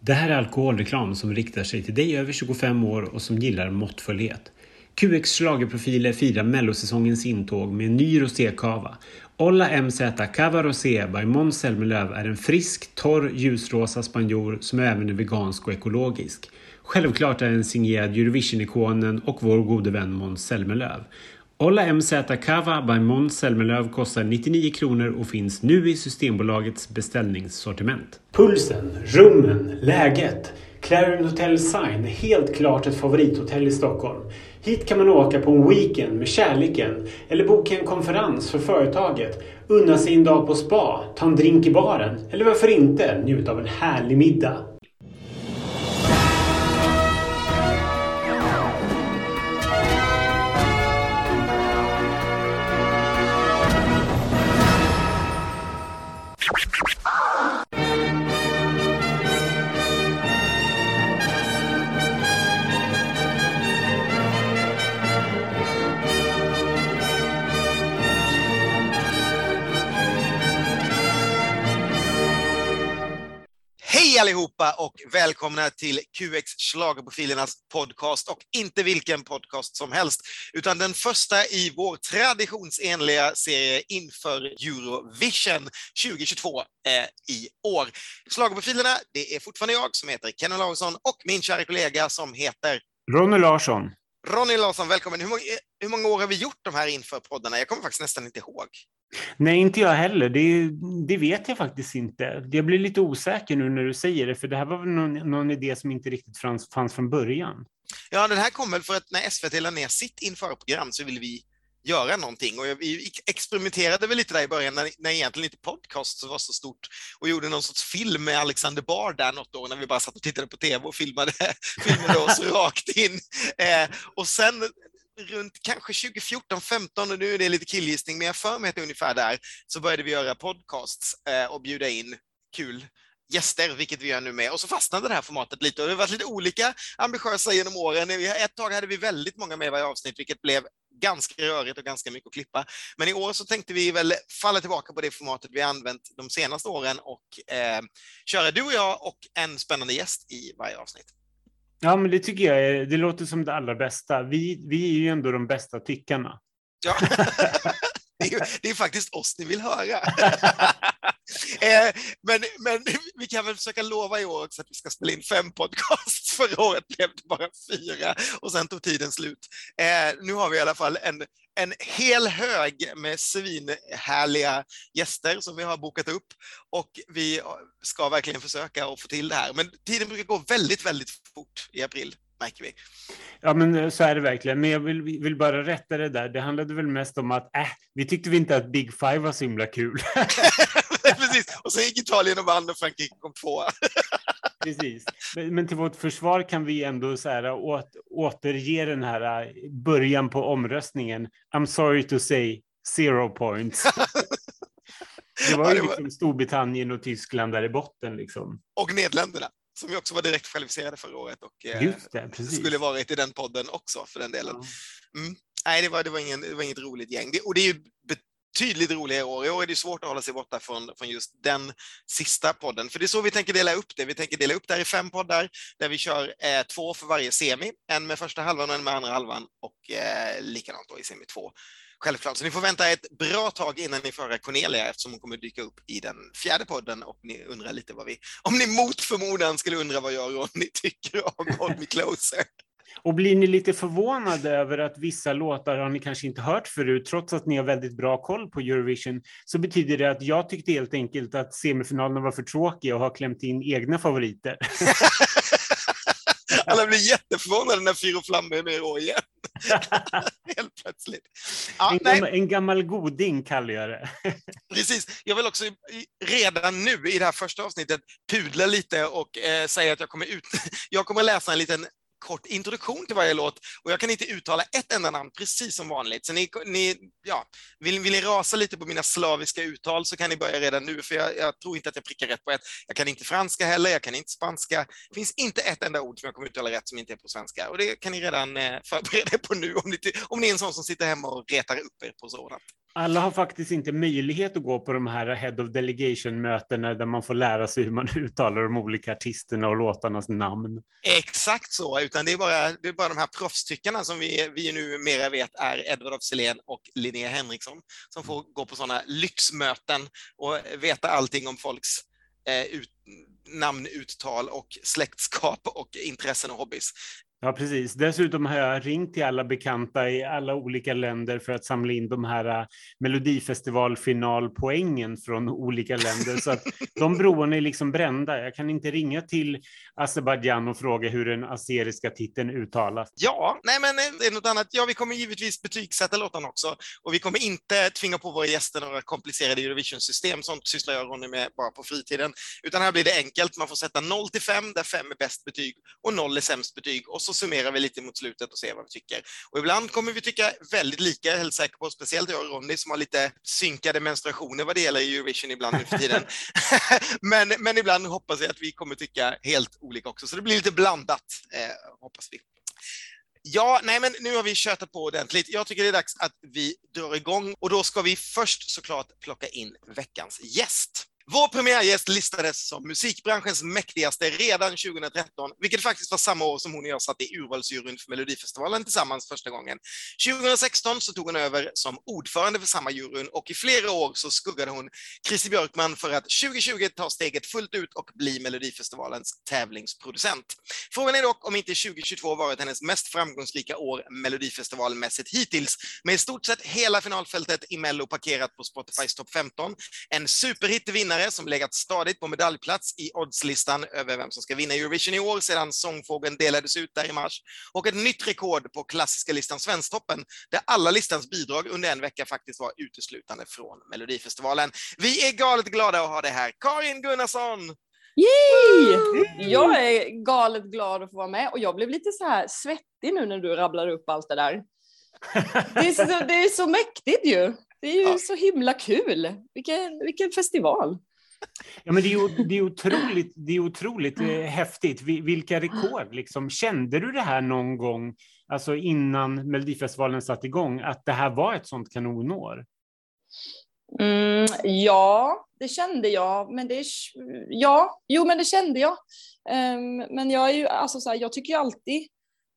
Det här är alkoholreklam som riktar sig till dig över 25 år och som gillar måttfullhet. QX schlagerprofiler firar mellosäsongens intåg med en ny rosékava. Olla MZ Cava Rosé by Måns Zelmerlöw är en frisk, torr, ljusrosa spanjor som även är vegansk och ekologisk. Självklart är den signerad Eurovision-ikonen och vår gode vän Måns Zelmerlöw. Olla MZ Cava by Måns Zelmerlöw kostar 99 kronor och finns nu i Systembolagets beställningssortiment. Pulsen, rummen, läget. Clarion Hotel Sign är helt klart ett favorithotell i Stockholm. Hit kan man åka på en weekend med kärleken eller boka en konferens för företaget, unna sig en dag på spa, ta en drink i baren eller varför inte njuta av en härlig middag. Hej allihopa och välkomna till QX schlagerprofilernas podcast, och inte vilken podcast som helst utan den första i vår traditionsenliga serie inför Eurovision 2022 i år. Schlagerprofilerna, det är fortfarande jag som heter Kenny Larsson och min kära kollega som heter Ronny Larsson. Ronny Larsson, välkommen. Hur många år har vi gjort de här inför poddarna? Jag kommer faktiskt nästan inte ihåg. Nej, inte jag heller. Det vet jag faktiskt inte. Jag blir lite osäker nu när du säger det, för det här var väl någon idé som inte riktigt fanns från början. Ja, den här kom väl för att när SVT lade ner sitt införprogram så ville vi göra någonting, och vi experimenterade väl lite där i början när egentligen inte podcast var så stort, och gjorde någon sorts film med Alexander Bard där något år när vi bara satt och tittade på tv och filmade oss rakt in. Och sen runt kanske 2014-15, och nu är det lite killgissning, men jag för mig att ungefär där så började vi göra podcasts och bjuda in kul gäster, vilket vi gör nu med. Och så fastnade det här formatet lite, och det har varit lite olika ambitiösa genom åren. Ett tag hade vi väldigt många med i varje avsnitt, vilket blev ganska rörigt och ganska mycket att klippa. Men i år så tänkte vi väl falla tillbaka på det formatet vi använt de senaste åren och köra du och jag och en spännande gäst i varje avsnitt. Ja, men det tycker jag det låter som det allra bästa. Vi är ju ändå de bästa tyckarna. Ja, det är faktiskt oss ni vill höra. Men vi kan väl försöka lova i år också att vi ska spela in 5 podcasts. Förra året blev det bara 4 och sen tog tiden slut. Nu har vi i alla fall en hel hög med svinhärliga gäster som vi har bokat upp, och vi ska verkligen försöka att få till det här. Men tiden brukar gå väldigt, väldigt fort i april, märker vi. Ja, men så är det verkligen. Men jag vill bara rätta det där. Det handlade väl mest om att vi tyckte vi inte att Big Five var så himla kul. Precis, och sen gick Italien och vann och Frankrike kom 2. Precis. Men till vårt försvar kan vi ändå så här återge den här början på omröstningen. I'm sorry to say 0 points. Det var ju liksom Storbritannien och Tyskland där i botten liksom. Och Nederländerna, som ju också var direkt kvalificerade förra året och just det, precis. Skulle varit i den podden också för den delen. Nej, det var inget roligt gäng. Och det är ju betydligt roligare i år. I år är det svårt att hålla sig borta från just den sista podden. För det är så vi tänker dela upp det. Vi tänker dela upp det här i 5 poddar där vi kör 2 för varje semi. En med första halvan och en med andra halvan, och likadant då i semi 2. Självklart. Så ni får vänta ett bra tag innan ni får höra Cornelia, eftersom hon kommer dyka upp i den 4:e podden, och ni undrar lite om ni mot förmodan skulle undra vad jag och Ronny tycker om Hold Me Closer. Och blir ni lite förvånade över att vissa låtar har ni kanske inte hört förut, trots att ni har väldigt bra koll på Eurovision, så betyder det att jag tyckte helt enkelt att semifinalerna var för tråkiga och har klämt in egna favoriter. Alla blir jätteförvånade när Fyr och Flamme är med då igen. Helt plötsligt. Ja, en gammal goding kallar jag det. Precis. Jag vill också redan nu i det här första avsnittet pudla lite och säga att jag kommer läsa en liten kort introduktion till varje låt, och jag kan inte uttala ett enda namn precis som vanligt. Så vill ni rasa lite på mina slaviska uttal så kan ni börja redan nu, för jag tror inte att jag prickar rätt på ett. Jag kan inte franska heller, jag kan inte spanska. Det finns inte ett enda ord som jag kommer uttala rätt som inte är på svenska, och det kan ni redan förbereda er på nu om ni är en sån som sitter hemma och retar upp er på sådant. Alla har faktiskt inte möjlighet att gå på de här Head of Delegation-mötena där man får lära sig hur man uttalar de olika artisterna och låtarnas namn. Exakt så, utan det är bara de här proffstyckarna som vi numera vet är Edward af Sillén och Linnea Henriksson som får gå på sådana lyxmöten och veta allting om folks namnuttal och släktskap och intressen och hobbies. Ja, precis. Dessutom har jag ringt till alla bekanta i alla olika länder för att samla in de här Melodifestivalfinalpoängen från olika länder. Så att de broarna är liksom brända. Jag kan inte ringa till Azerbaijan och fråga hur den azeriska titeln uttalas. Ja, nej men det är något annat. Ja, vi kommer givetvis betygsätta låtarna också. Och vi kommer inte tvinga på våra gäster några komplicerade Eurovision-system. Sånt sysslar jag och Ronny med bara på fritiden. Utan här blir det enkelt. Man får sätta 0 till 5, där 5 är bäst betyg och 0 är sämst betyg. Och så summerar vi lite mot slutet och ser vad vi tycker. Och ibland kommer vi tycka väldigt lika, jag är helt säker på, speciellt jag och Ronny som har lite synkade menstruationer vad det gäller Eurovision ibland nu för tiden. men ibland hoppas jag att vi kommer tycka helt olika också, så det blir lite blandat, hoppas vi. Ja, nej men nu har vi tjötat på ordentligt. Jag tycker det är dags att vi drar igång och då ska vi först såklart plocka in veckans gäst. Vår premiärgäst listades som musikbranschens mäktigaste redan 2013, vilket faktiskt var samma år som hon och jag satt i urvalsjuryn för Melodifestivalen tillsammans första gången. 2016 så tog hon över som ordförande för samma juryn och i flera år så skuggade hon Christer Björkman för att 2020 ta steget fullt ut och bli Melodifestivalens tävlingsproducent. Frågan är dock om inte 2022 varit hennes mest framgångsrika år Melodifestivalmässigt hittills, med i stort sett hela finalfältet i Mello parkerat på Spotifys topp 15, en superhit vinnare som legat stadigt på medaljplats i oddslistan över vem som ska vinna Eurovision i år sedan sångfågeln delades ut där i mars, och ett nytt rekord på klassiska listan Svensktoppen där alla listans bidrag under en vecka faktiskt var uteslutande från Melodifestivalen. Vi är galet glada att ha det här. Karin Gunnarsson! Yay! Jag är galet glad att få vara med och jag blev lite så här svettig nu när du rabblar upp allt det där. Det är så mäktigt ju. Det är ju så himla kul. Vilken festival. Ja, men det är otroligt häftigt. Vilka rekord liksom. Kände du det här någon gång, alltså innan Melodifestivalen satt igång, att det här var ett sånt kanonår? Ja, det kände jag. Men det kände jag. Men jag är ju, alltså så här, jag tycker ju alltid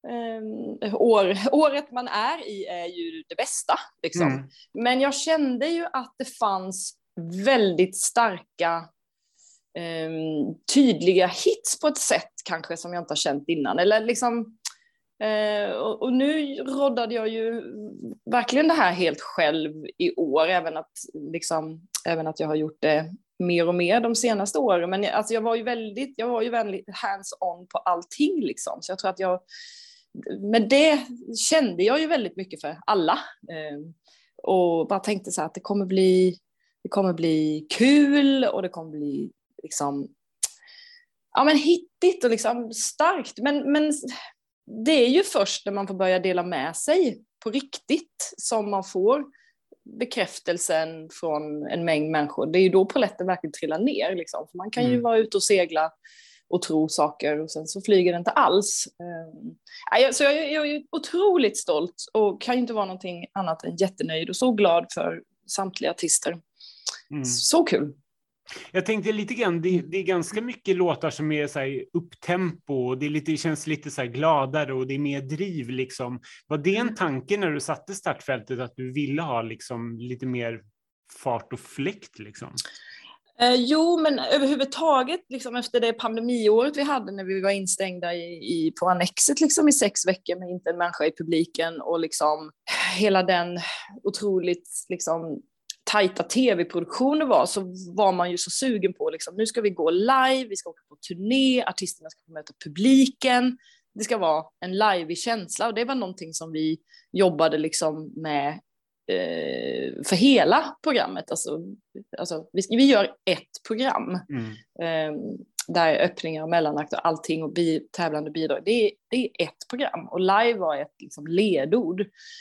året man är i är ju det bästa liksom. Men jag kände ju att det fanns väldigt starka tydliga hits på ett sätt kanske som jag inte har känt innan, eller liksom och nu roddade jag ju verkligen det här helt själv i år, även att jag har gjort det mer och mer de senaste åren, men alltså jag var ju väldigt hands-on på allting liksom, så jag tror att men det kände jag ju väldigt mycket för alla. Och bara tänkte så här att det kommer bli kul och det kommer bli liksom, ja men hittigt och liksom starkt. Men det är ju först när man får börja dela med sig på riktigt som man får bekräftelsen från en mängd människor. Det är ju då polletten verkligen trillar ner liksom. För man kan ju vara ute och segla och tro saker och sen så flyger det inte alls. Så jag är ju otroligt stolt och kan inte vara någonting annat än jättenöjd och så glad för samtliga artister. Så kul. Jag tänkte lite grann, det är ganska mycket låtar som är så här upptempo och det känns lite så här gladare och det är mer driv liksom. Var det en tanke när du satte startfältet att du ville ha liksom lite mer fart och fläkt liksom? Jo, men överhuvudtaget liksom, efter det pandemiåret vi hade när vi var instängda på Annexet liksom, i 6 veckor med inte en människa i publiken och liksom, hela den otroligt liksom, tajta tv-produktionen så var man ju så sugen på liksom, nu ska vi gå live, vi ska åka på turné, artisterna ska få möta publiken, det ska vara en live känsla och det var någonting som vi jobbade liksom med för hela programmet. Alltså, vi gör ett program där öppningar och mellanakt och allting och tävlande bidrag. Det är ett program och live var ett liksom ledord.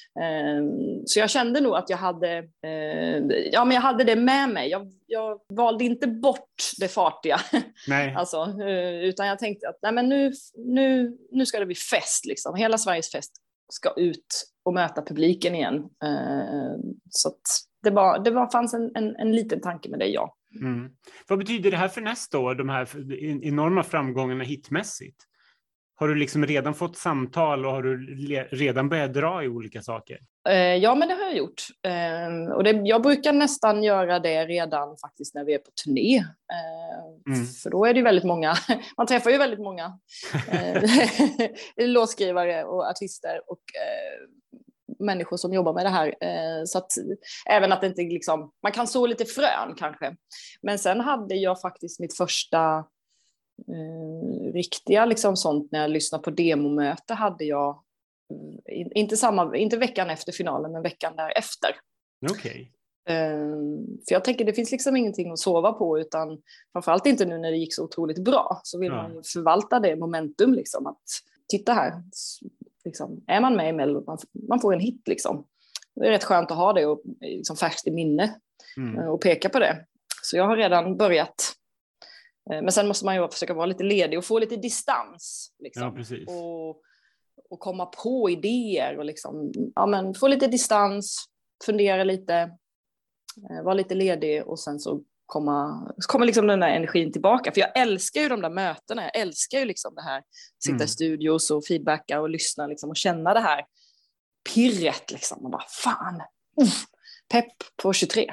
Så jag kände nog att jag hade jag hade det med mig. Jag valde inte bort det fartiga. Nej. Alltså, utan jag tänkte att nej, men nu ska det bli fest liksom. Hela Sveriges fest ska ut och möta publiken igen. Så att fanns en liten tanke med det, ja. Vad betyder det här för nästa år, de här enorma framgångarna hitmässigt? Har du liksom redan fått samtal och har du redan börjat dra i olika saker? Ja, men det har jag gjort. Och jag brukar nästan göra det redan faktiskt när vi är på turné. För då är det ju väldigt många, man träffar ju väldigt många låtskrivare och artister och människor som jobbar med det här. Så att även att det inte liksom, man kan så lite frön kanske. Men sen hade jag faktiskt mitt första riktiga liksom sånt när jag lyssnade på demomöte hade jag inte veckan efter finalen men veckan därefter. Okej. För jag tänker det finns liksom ingenting att sova på, utan framförallt inte nu när det gick så otroligt bra, så vill man ju förvalta det momentum liksom, att titta här liksom, är man med i Mello, man får en hit liksom. Det är rätt skönt att ha det och liksom färskt i minne och peka på det. Så jag har redan börjat. Men sen måste man ju försöka vara lite ledig och få lite distans liksom. Ja, precis. Och komma på idéer och liksom, ja, men få lite distans, fundera lite, vara lite ledig och sen så kommer liksom den där energin tillbaka. För jag älskar ju de där mötena, jag älskar ju liksom det här, sitta i studios och feedbacka och lyssna liksom, och känna det här pirret liksom, och bara fan, pepp på 23.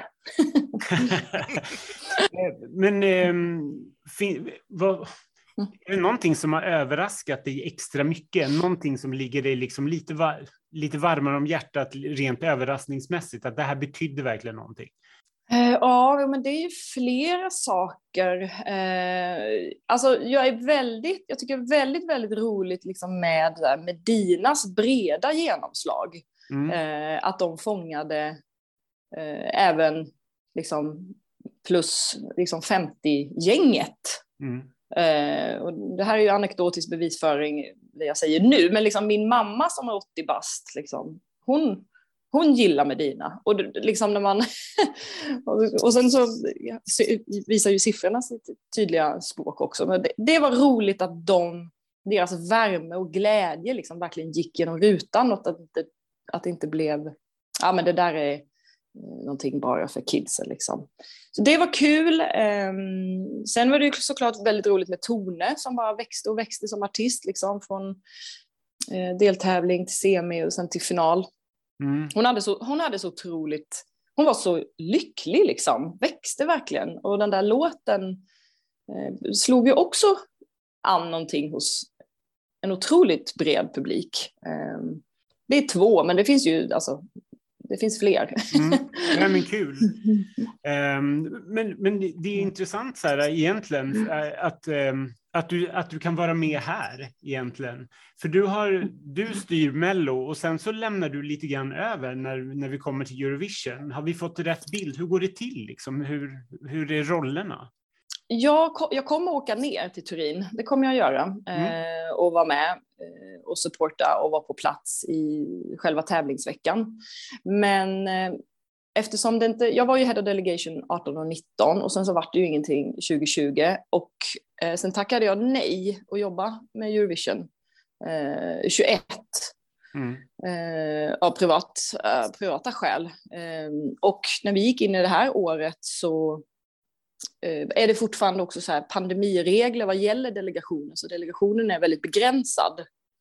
Men är det någonting som har överraskat dig extra mycket? Någonting som ligger dig liksom lite varmare om hjärtat rent överraskningsmässigt? Att det här betydde verkligen någonting? Ja, men det är ju flera saker. Alltså jag tycker det är väldigt, väldigt roligt liksom med Dinas breda genomslag. Att de fångade även liksom plus liksom 50-gänget. Och det här är ju anekdotisk bevisföring det jag säger nu, men liksom min mamma som är 80 bast liksom, hon gillar Medina och liksom när man och sen så visar ju siffrorna sitt tydliga språk också, men det var roligt att deras värme och glädje liksom verkligen gick genom rutan, och att det inte blev men det där är någonting bara för kidsen liksom. Så det var kul. Sen var det ju såklart väldigt roligt med Tone som bara växte och växte som artist liksom, från deltävling till semi och sen till final. Hon hade så otroligt, hon var så lycklig liksom, växte verkligen, och den där låten slog ju också an någonting hos en otroligt bred publik. Det är 2, men det finns ju alltså, det finns fler. Ja, men kul. Men det är intressant så här, egentligen att du kan vara med här egentligen. För du styr Mello och sen så lämnar du lite grann över när vi kommer till Eurovision. Har vi fått rätt bild? Hur går det till liksom? Hur är rollerna? Jag kommer åka ner till Turin, det kommer jag göra, och vara med och supporta och vara på plats i själva tävlingsveckan. Men eftersom jag var ju head of delegation 18 och 19 och sen så var det ju ingenting 2020 och sen tackade jag nej att jobba med Eurovision 21 av privata skäl. Och när vi gick in i det här året så är det fortfarande också så här pandemiregler vad gäller delegationen, så delegationen är väldigt begränsad.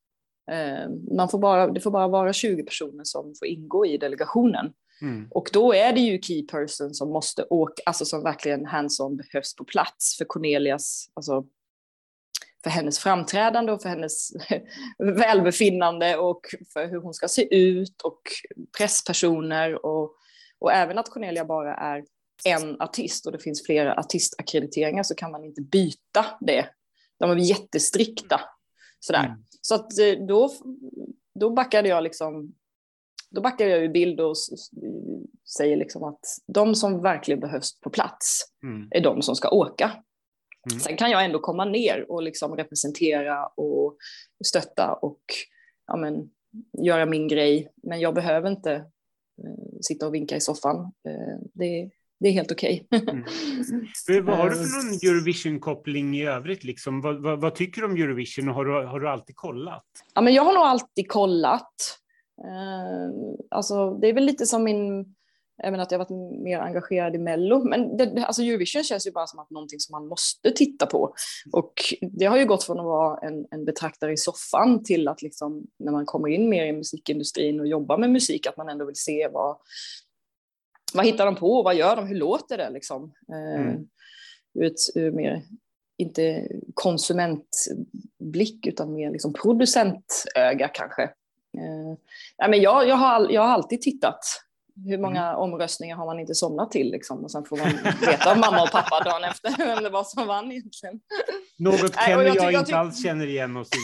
Det får bara vara 20 personer som får ingå i delegationen. Och då är det ju key person som måste åka, alltså som verkligen hands-on behövs på plats för Cornelias, alltså för hennes framträdande och för hennes välbefinnande och för hur hon ska se ut och presspersoner och även att Cornelia bara är en artist och det finns flera artistakkrediteringar så kan man inte byta det. De är jättestrikta. Sådär. Så att då backade jag liksom, då backade jag i bild och säger liksom att de som verkligen behövs på plats är de som ska åka. Sen kan jag ändå komma ner och liksom representera och stötta och göra min grej. Men jag behöver inte sitta och vinka i soffan. Det är helt okej. Vad har du för någon Eurovision-koppling i övrigt? Liksom? Vad tycker du om Eurovision och har du alltid kollat? Ja, men jag har nog alltid kollat. Alltså, det är väl lite som Även att jag varit mer engagerad i Mello. Men alltså Eurovision känns ju bara som att någonting som man måste titta på. Och det har ju gått från att vara en betraktare i soffan till att liksom, när man kommer in mer i musikindustrin och jobbar med musik, att man ändå vill se vad hittar de på, vad gör de, hur låter det liksom. Ur mer, inte konsumentblick utan mer liksom producentöga kanske. Men jag har alltid tittat. Hur många omröstningar har man inte somnat till liksom? Och sen får man veta av mamma och pappa dagen efter vem det var som vann egentligen. Något jag inte alls känner igen oss i.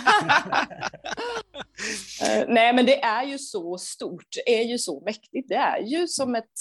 Nej, men det är ju så stort, det är ju så mäktigt. Det är ju som ett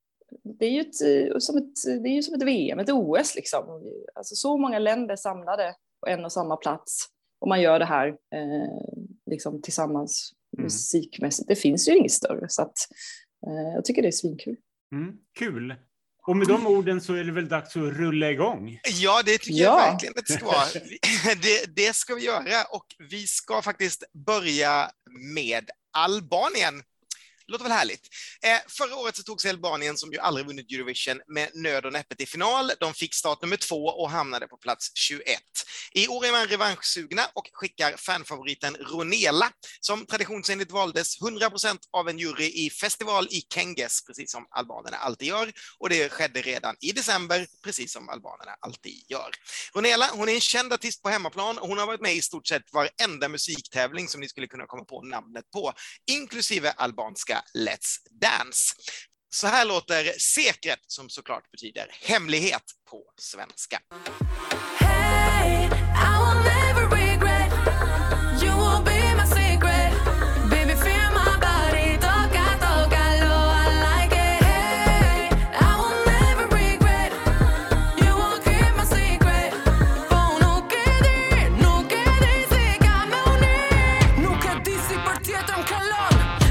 VM, ett OS liksom. Alltså så många länder samlade på en och samma plats. Och man gör det här liksom tillsammans musikmässigt. Det finns ju inget större, så att jag tycker det är svinkul. Kul. Och med de orden så är det väl dags att rulla igång. Ja, det tycker jag verkligen att det ska vara. Det ska vi göra, och vi ska faktiskt börja med Albanien. Låter väl härligt. Förra året så tog sig Albanien, som ju aldrig vunnit Eurovision, med nöd och näppe till final. De fick start nummer 2 och hamnade på plats 21. I år är man revanschsugna och skickar fanfavoriten Ronela, som traditionsenligt valdes 100% av en jury i festival i Kenges, precis som albanerna alltid gör. Och det skedde redan i december, precis som albanerna alltid gör. Ronela, hon är en känd artist på hemmaplan, och hon har varit med i stort sett varenda musiktävling som ni skulle kunna komma på namnet på, inklusive albanska Let's Dance. Så här låter Sekret, som såklart betyder hemlighet på svenska. Hey, I will never regret. You will be my secret. Baby, feel my body. Toca, lo, I like it. Hey, I will never regret. You will keep my secret. For nuk e di si ka me unir. Nuk e di si për tjetër m'kallon.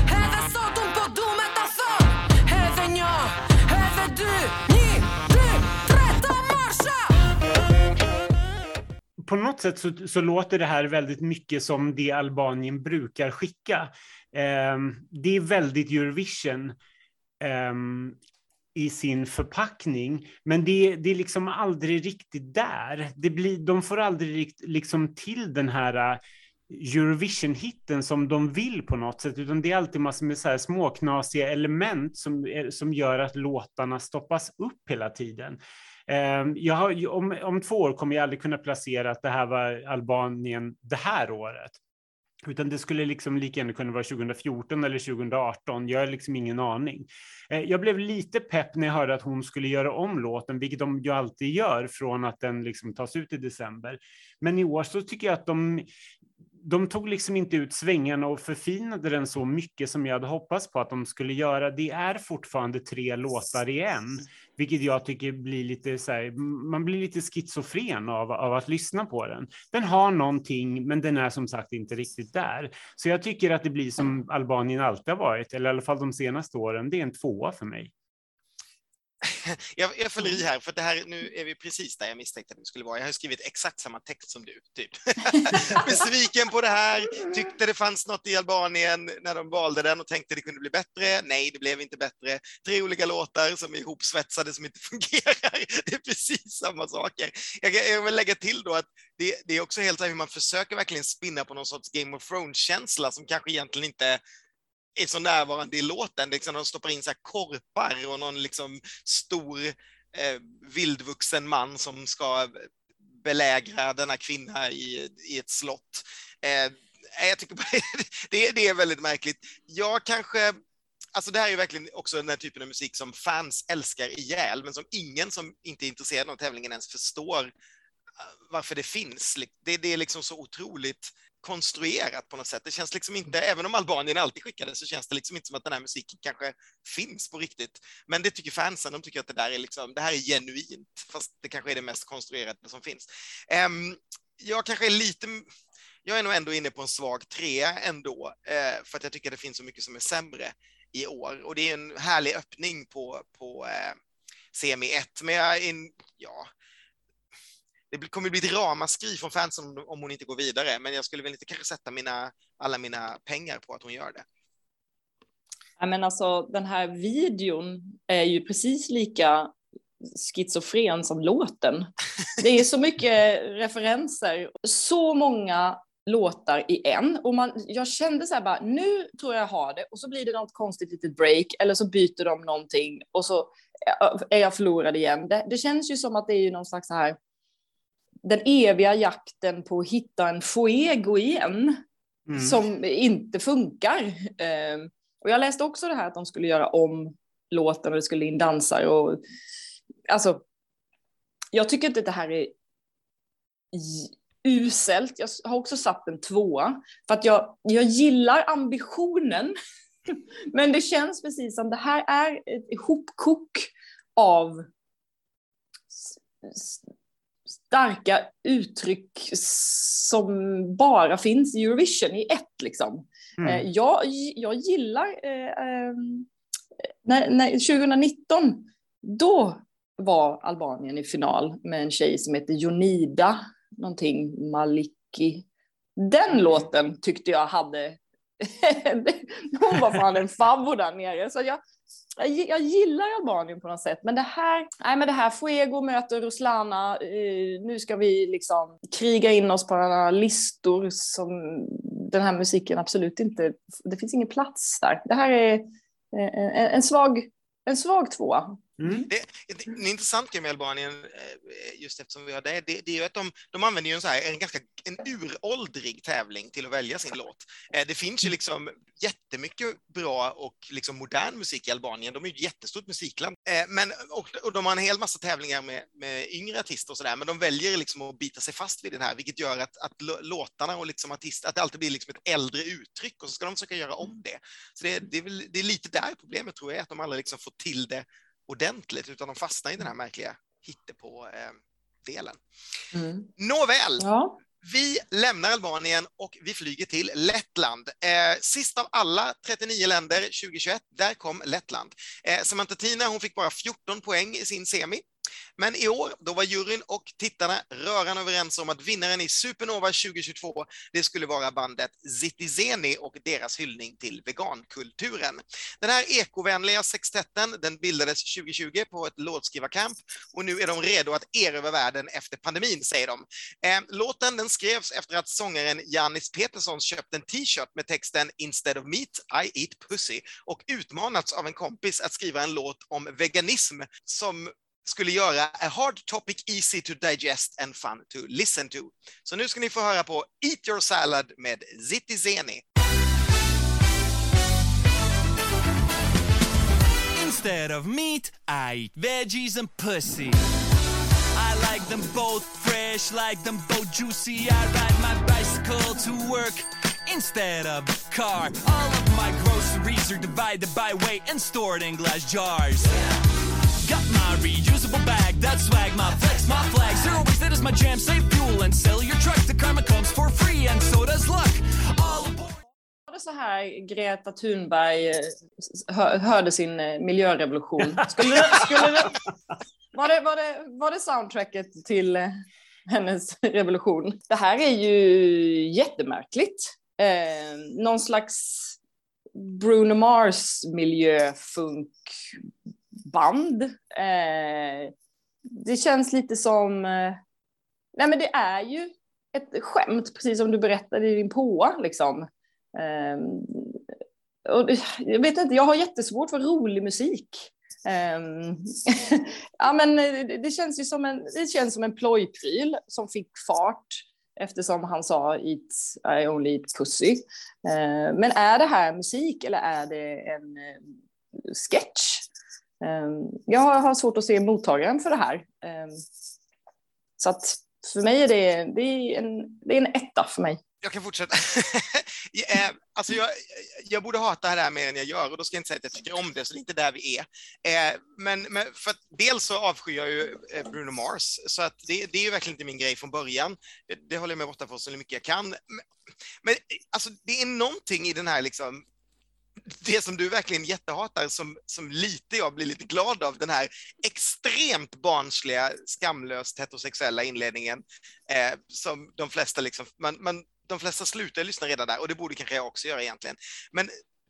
På något sätt så låter det här väldigt mycket som det Albanien brukar skicka. Det är väldigt Eurovision i sin förpackning, men det är liksom aldrig riktigt där. De får aldrig liksom till den här Eurovision-hitten som de vill på något sätt, utan det är alltid massor med så här småknasiga element som gör att låtarna stoppas upp hela tiden. Om 2 år kommer jag aldrig kunna placera att det här var Albanien det här året. Utan det skulle liksom lika gärna kunna vara 2014 eller 2018. Jag har liksom ingen aning. Jag blev lite pepp när jag hörde att hon skulle göra om låten, vilket de ju alltid gör från att den liksom tas ut i december. Men i år så tycker jag att de tog liksom inte ut svängarna och förfinade den så mycket som jag hade hoppats på att de skulle göra. Det är fortfarande 3 låtar igen, vilket jag tycker blir lite så här, man blir lite schizofren av att lyssna på den. Den har någonting, men den är som sagt inte riktigt där. Så jag tycker att det blir som Albanien alltid har varit, eller i alla fall de senaste åren. Det är en 2 för mig. Jag följer i här, för det här, nu är vi precis där jag misstänkte att det skulle vara. Jag har skrivit exakt samma text som du, typ. Besviken på det här, tyckte det fanns något i Albanien när de valde den och tänkte det kunde bli bättre. Nej, det blev inte bättre. 3 olika låtar som är ihopsvetsade som inte fungerar. Det är precis samma saker. Jag vill lägga till då att det är också helt så här hur man försöker verkligen spinna på någon sorts Game of Thrones-känsla som kanske egentligen inte är så närvarande i låten. Liksom de stoppar in så här korpar och någon liksom stor vildvuxen man som ska belägra denna kvinna i ett slott. Jag tycker det är väldigt märkligt. Jag kanske, alltså det här är verkligen också den här typen av musik som fans älskar ihjäl, men som ingen som inte är intresserad av tävlingen ens förstår varför det finns. Det är liksom så otroligt konstruerat på något sätt. Det känns liksom inte, även om Albanien alltid skickade, så känns det liksom inte som att den här musiken kanske finns på riktigt. Men det tycker fansen, de tycker att det där är liksom, det här är genuint, fast det kanske är det mest konstruerade som finns. Jag är nog ändå inne på en svag 3 ändå, för att jag tycker att det finns så mycket som är sämre i år. Och det är en härlig öppning på semi 1, men det kommer bli ett ramaskri från fansen om hon inte går vidare, men jag skulle väl inte kanske sätta alla mina pengar på att hon gör det. Ja, men alltså, den här videon är ju precis lika schizofren som låten. Det är så mycket referenser, så många låtar i en. Och jag kände så här bara, nu tror jag har det. Och så blir det något konstigt litet break. Eller så byter de någonting. Och så är jag förlorad igen. Det känns ju som att det är någon slags så här, den eviga jakten på att hitta en fuego igen. Som inte funkar. Och jag läste också det här att de skulle göra om låten och det skulle in dansar. Och, alltså, jag tycker inte att det här är uselt. Jag har också satt en 2. För att jag gillar ambitionen. Men det känns precis som det här är ett ihopkok av starka uttryck som bara finns i Eurovision i ett liksom. Jag gillar när 2019 då var Albanien i final med en tjej som heter Jonida någonting Maliki. Den låten tyckte jag hade hon var fan en favvo där nere, så jag gillar Albanien på något sätt, men det här Fuego möter Ruslana, nu ska vi liksom kriga in oss på några listor som den här musiken absolut inte, det finns ingen plats där. Det här är en svag 2. Det är intressant med Albanien, just eftersom vi har det är ju att de använder ju en uråldrig tävling till att välja sin låt. Det finns ju liksom jättemycket bra och liksom modern musik i Albanien. De är ju ett jättestort musikland. Och de har en hel massa tävlingar med yngre artister och sådär, men de väljer liksom att bita sig fast vid den här, vilket gör att låtarna och liksom artister, att det alltid blir liksom ett äldre uttryck, och så ska de försöka göra om det. Så det är lite där problemet, tror jag, att de alla liksom får till det ordentligt, utan de fastnar i den här märkliga hittepå-delen. Nåväl, ja. Vi lämnar Albanien och vi flyger till Lettland. Sist av alla 39 länder 2021, där kom Lettland. Samantha Tina, hon fick bara 14 poäng i sin semi. Men i år, då var juryn och tittarna rörande överens om att vinnaren i Supernova 2022, det skulle vara bandet Zitti-Zeni och deras hyllning till vegankulturen. Den här ekovänliga sextetten, den bildades 2020 på ett låtskrivarcamp, och nu är de redo att erövra världen efter pandemin, säger de. Låten, den skrevs efter att sångaren Janis Peterson köpt en t-shirt med texten "Instead of meat, I eat pussy" och utmanats av en kompis att skriva en låt om veganism som skulle göra a hard topic easy to digest and fun to listen to. Så nu ska ni få höra på Eat Your Salad med Zitti-Zeni. Instead of meat, I eat veggies and pussy. I like them both fresh, like them both juicy. I ride my bicycle to work instead of a car. All of my groceries are divided by weight and stored in glass jars. Got my reusable bag, that swag, my flex, my flag. Zero waste, that is my jam, save fuel and sell your truck. The karma comes for free and so does luck. All aboard. Var det så här Greta Thunberg hörde sin miljörevolution? Var det soundtracket till hennes revolution? Det här är ju jättemärkligt. Någon slags Bruno Mars miljöfunk band. Det känns lite som nej, men det är ju ett skämt, precis som du berättade i din påa liksom. Och jag vet inte, jag har jättesvårt för rolig musik. Ja, men det känns ju som en plojpryl som fick fart eftersom han sa I only eat pussy. Men är det här musik eller är det en sketch? Jag har svårt att se mottagaren för det här. Så att för mig är det är en etta för mig. Jag kan fortsätta. Alltså jag borde hata det här mer än jag gör, och då ska jag inte säga att jag tycker om det, så det är inte där vi är. Men för att dels så avskyr jag ju Bruno Mars, så att det är ju verkligen inte min grej från början. Det håller jag mig borta för så mycket jag kan. Men alltså det är någonting i den här liksom, det som du verkligen jättehatar som lite jag blir lite glad av, den här extremt barnsliga, skamlöst heterosexuella inledningen som de flesta liksom, de flesta slutar lyssna redan där, och det borde kanske jag också göra egentligen. Men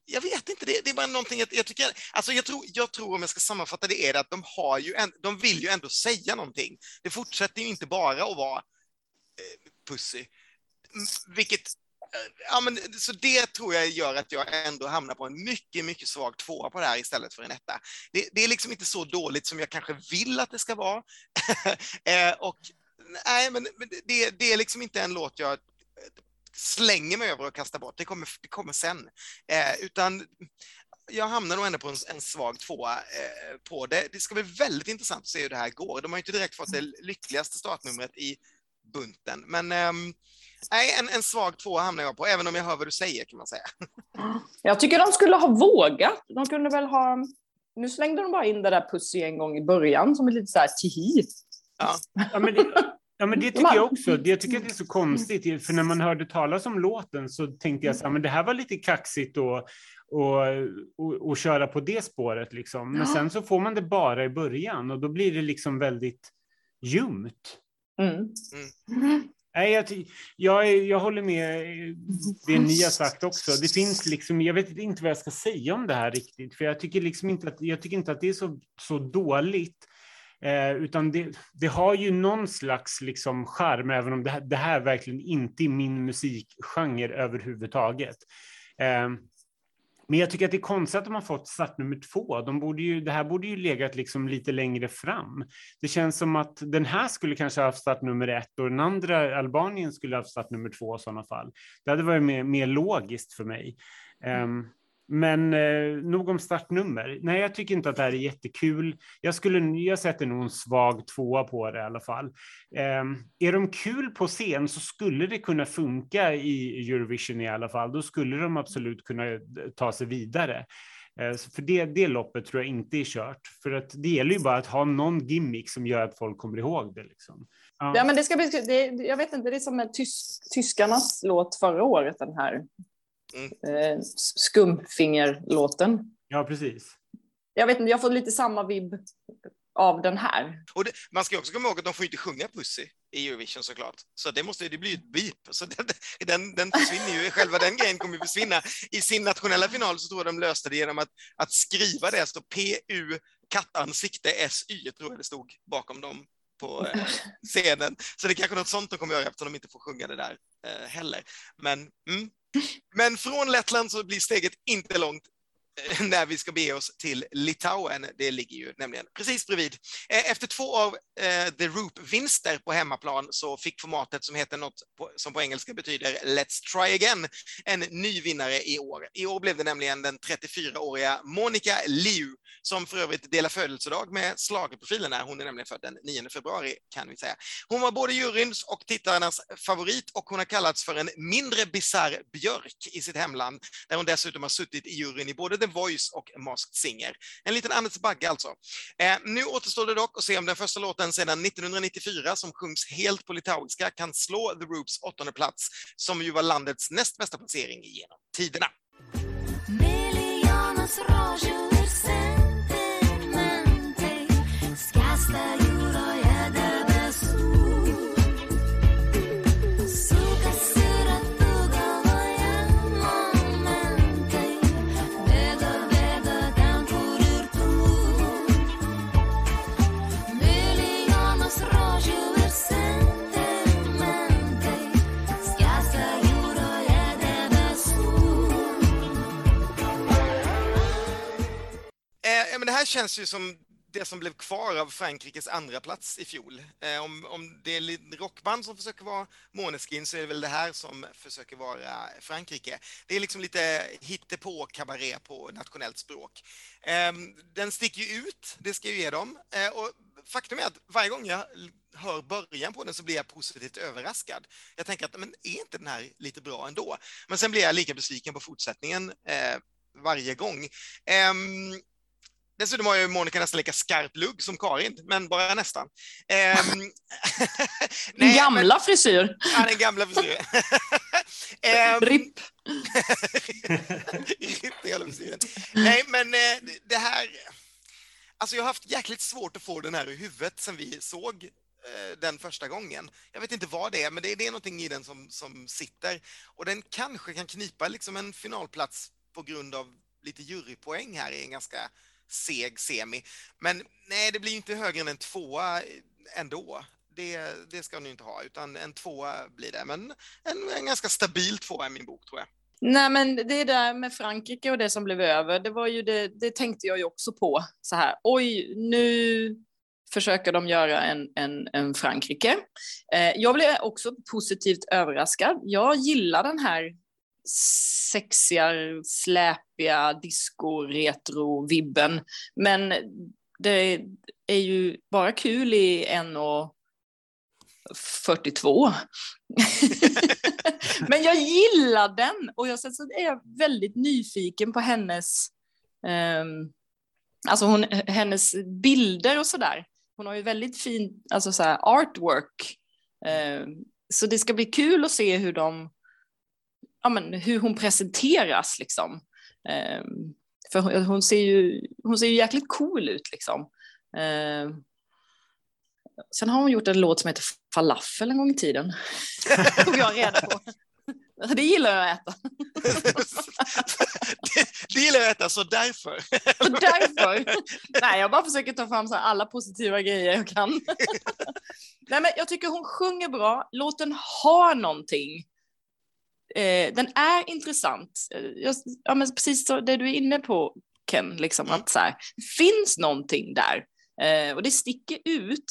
jag vet inte, det är bara någonting jag tycker, alltså jag tror om jag ska sammanfatta det är att de vill ju ändå säga någonting. Det fortsätter ju inte bara att vara Pussy. Vilket, ja men så det tror jag gör att jag ändå hamnar på en mycket, mycket svag 2 på det här istället för en 1. Det är liksom inte så dåligt som jag kanske vill att det ska vara. Och nej, men det är liksom inte en låt jag slänger mig över och kastar bort. Det kommer sen. Utan jag hamnar nog ändå på en svag 2 på det. Det ska bli väldigt intressant att se hur det här går. De har ju inte direkt fått det lyckligaste startnumret i bunten. Men nej, en svag 2 hamnar jag på, även om jag hör vad du säger, kan man säga. Jag tycker de skulle ha vågat. De kunde väl ha... Nu slängde de bara in det där Pussy en gång i början som ett lite så här tihi. Ja, men det tycker jag också. Jag tycker att det är så konstigt. För när man hörde talas om låten så tänkte jag så här, men det här var lite kaxigt och köra på det spåret liksom. Men sen så får man det bara i början och då blir det liksom väldigt ljumt. Nej, jag håller med det ni har sagt också. Det finns liksom, jag vet inte vad jag ska säga om det här riktigt. För jag tycker liksom inte att det är så dåligt. Utan det har ju någon slags liksom charm, även om det här verkligen inte är min musikgenre överhuvudtaget. Men jag tycker att det är konstigt att de har fått startnummer 2. Det här borde ju legat liksom lite längre fram. Det känns som att den här skulle kanske ha haft startnummer 1 och den andra, Albanien, skulle ha haft startnummer 2 i sådana fall. Det hade varit mer logiskt för mig. Men nog om startnummer. Nej, jag tycker inte att det här är jättekul. Jag sätter nog en svag 2 på det i alla fall. Är de kul på scen så skulle det kunna funka i Eurovision i alla fall. Då skulle de absolut kunna ta sig vidare. För det loppet tror jag inte är kört. För att det gäller ju bara att ha någon gimmick som gör att folk kommer ihåg det. Liksom. Ja, men det ska bli, jag vet inte, det är som med tyskarnas låt förra året, den här. Skumfingerlåten. Ja, precis. Jag vet inte, jag får lite samma vibb av den här. Och man ska också komma ihåg att de får inte sjunga Pussy i Eurovision såklart. Så det blir ett beep. Så den försvinner ju. Själva den grejen kommer ju försvinna. I sin nationella final så tror jag de löste det genom att skriva det. Så PU kattansikte SY tror jag det stod bakom dem på scenen. Så det är kanske något sånt de kommer göra eftersom de inte får sjunga det där heller. Men från Lettland så blir steget inte långt när vi ska be oss till Litauen. Det ligger ju nämligen precis bredvid. Efter 2 av The Roop-vinster på hemmaplan så fick formatet som heter något som på engelska betyder Let's Try Again en ny vinnare i år. I år blev det nämligen den 34-åriga Monica Liu som för övrigt delar födelsedag med schlagerprofilerna. Hon är nämligen född den 9 februari kan vi säga. Hon var både juryns och tittarnas favorit och hon har kallats för en mindre bizarr björk i sitt hemland där hon dessutom har suttit i juryn i både The Voice och Masked Singer. En liten Anders Bagge alltså. Nu återstår det dock att se om den första låten sedan 1994 som sjungs helt på litauiska kan slå The Roops 8:e plats som ju var landets näst bästa placering genom tiderna. Men det här känns ju som det som blev kvar av Frankrikes andra plats i fjol. Om det är rockband som försöker vara Måneskin så är det väl det här som försöker vara Frankrike. Det är liksom lite hittepå kabaré på nationellt språk. Den sticker ju ut, det ska jag ge dem. Och faktum är att varje gång jag hör början på den så blir jag positivt överraskad. Jag tänker att men är inte den här lite bra ändå? Men sen blir jag lika besviken på fortsättningen varje gång. Dessutom har ju Monica nästan lika skarp lugg som Karin, men bara nästan. Den gamla frisyr. Ja, den gamla frisyren. Ripp. Ripp, hela frisyren. Nej, men det här... Alltså jag har haft jäkligt svårt att få den här i huvudet sen vi såg den första gången. Jag vet inte vad det är, men det är någonting i den som sitter. Och den kanske kan knipa liksom en finalplats på grund av lite jurypoäng här i en ganska seg semi. Men nej, det blir inte högre än en 2 ändå. Det ska ni inte ha, utan en 2 blir det. Men en ganska stabil 2 i min bok, tror jag. Nej, men det där med Frankrike och det som blev över, det var ju det tänkte jag ju också på. Så här, oj, nu försöker de göra en Frankrike. Jag blev också positivt överraskad. Jag gillar den här sexiga, släpiga, disco-retro-vibben. Men det är ju bara kul i 1:42. Men jag gillar den, och jag är väldigt nyfiken på hennes hennes bilder och sådär. Hon har ju väldigt fin så här, artwork, så det ska bli kul att se hur hur hon presenteras liksom. För hon ser ju jäkligt cool ut liksom. Sen har hon gjort en låt som heter Falafel en gång i tiden. Tog jag reda på. Det gillar jag att äta. det gillar jag att äta, så därför. Nej, jag bara försöker ta fram så alla positiva grejer jag kan. Nej, men jag tycker hon sjunger bra. Låten har någonting. Den är intressant. Men precis så det du är inne på, Ken, liksom, att så här, det finns någonting där. Och det sticker ut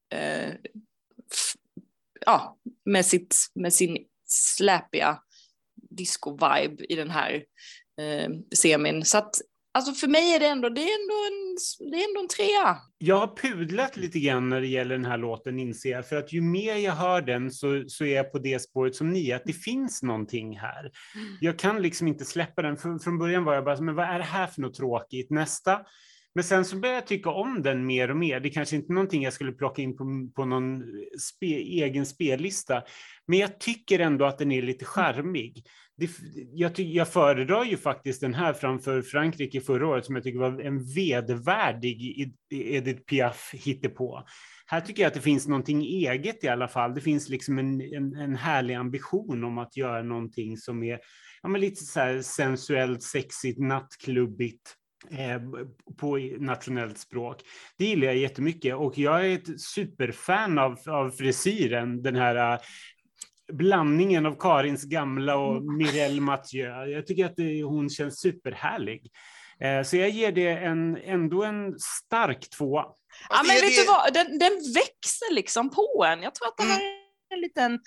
med sin släpiga disco-vibe i den här semin. Så att alltså för mig är det är ändå en 3. Jag har pudlat lite grann när det gäller den här låten, inser jag. För att ju mer jag hör den så är jag på det spåret som ni, att det finns någonting här. Jag kan liksom inte släppa den. Från början var jag bara, men vad är det här för något tråkigt? Nästa. Men sen så börjar jag tycka om den mer och mer. Det är kanske inte någonting jag skulle plocka in på någon egen spellista. Men jag tycker ändå att den är lite charmig. Jag föredrar ju faktiskt den här framför Frankrike förra året, som jag tycker var en vedervärdig Edith Piaf hittepå. Här tycker jag att det finns någonting eget i alla fall. Det finns liksom en härlig ambition om att göra någonting som är lite så här sensuellt, sexigt, nattklubbigt. På nationellt språk. Det gillar jag jättemycket, och jag är ett superfan av frisyren, den här blandningen av Karins gamla och Mireille Mathieu. Jag tycker att hon känns superhärlig. Så jag ger det ändå en stark 2. Ja, men vet du vad? Den växer liksom på en. Jag tror att det här är en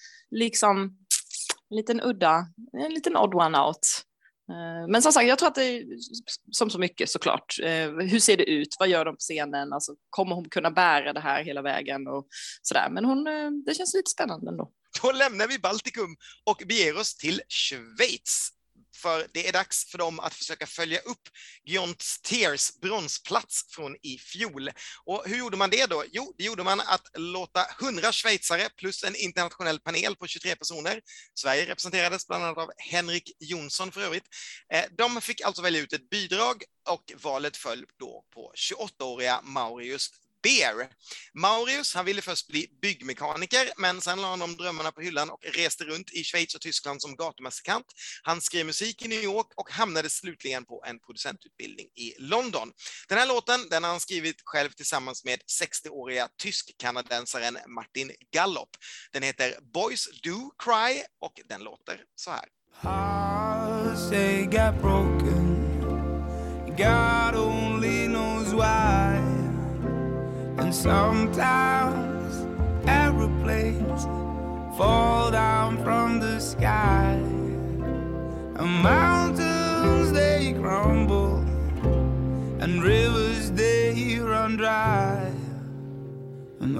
liten udda, en liten odd one out. Men som sagt, jag tror att det är som så mycket såklart. Hur ser det ut? Vad gör de på scenen? Alltså, kommer hon kunna bära det här hela vägen? Och sådär. Men det känns lite spännande ändå. Då lämnar vi Baltikum och beger oss till Schweiz. För det är dags för dem att försöka följa upp Guillaume Thiers bronsplats från i fjol. Och hur gjorde man det då? Jo, det gjorde man att låta 100 schweizare plus en internationell panel på 23 personer. Sverige representerades bland annat av Henrik Jonsson för övrigt. De fick alltså välja ut ett bidrag, och valet föll då på 28-åriga Maurius Beer. Maurius, han ville först bli byggmekaniker, men sen la han de drömmarna på hyllan och reste runt i Schweiz och Tyskland som gatumusikant. Han skrev musik i New York och hamnade slutligen på en producentutbildning i London. Den här låten, den har han skrivit själv tillsammans med 60-åriga tysk-kanadensaren Martin Gallop. Den heter Boys Do Cry, och den låter så här. Hearts they got broken, God only knows why. And sometimes aeroplanes fall down from the sky, and mountains they crumble, and rivers they run dry, and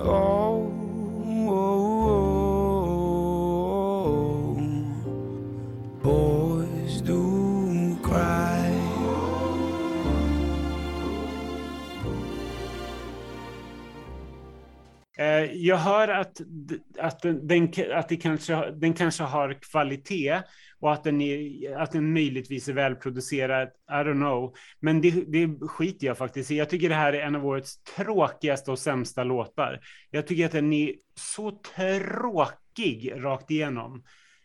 boys do cry. Jag hör att den kanske har kvalitet, och att den möjligtvis är välproducerad. I don't know. Men det skiter jag faktiskt i. Jag tycker det här är en av årets tråkigaste och sämsta låtar. Jag tycker att den är så tråkig rakt igenom.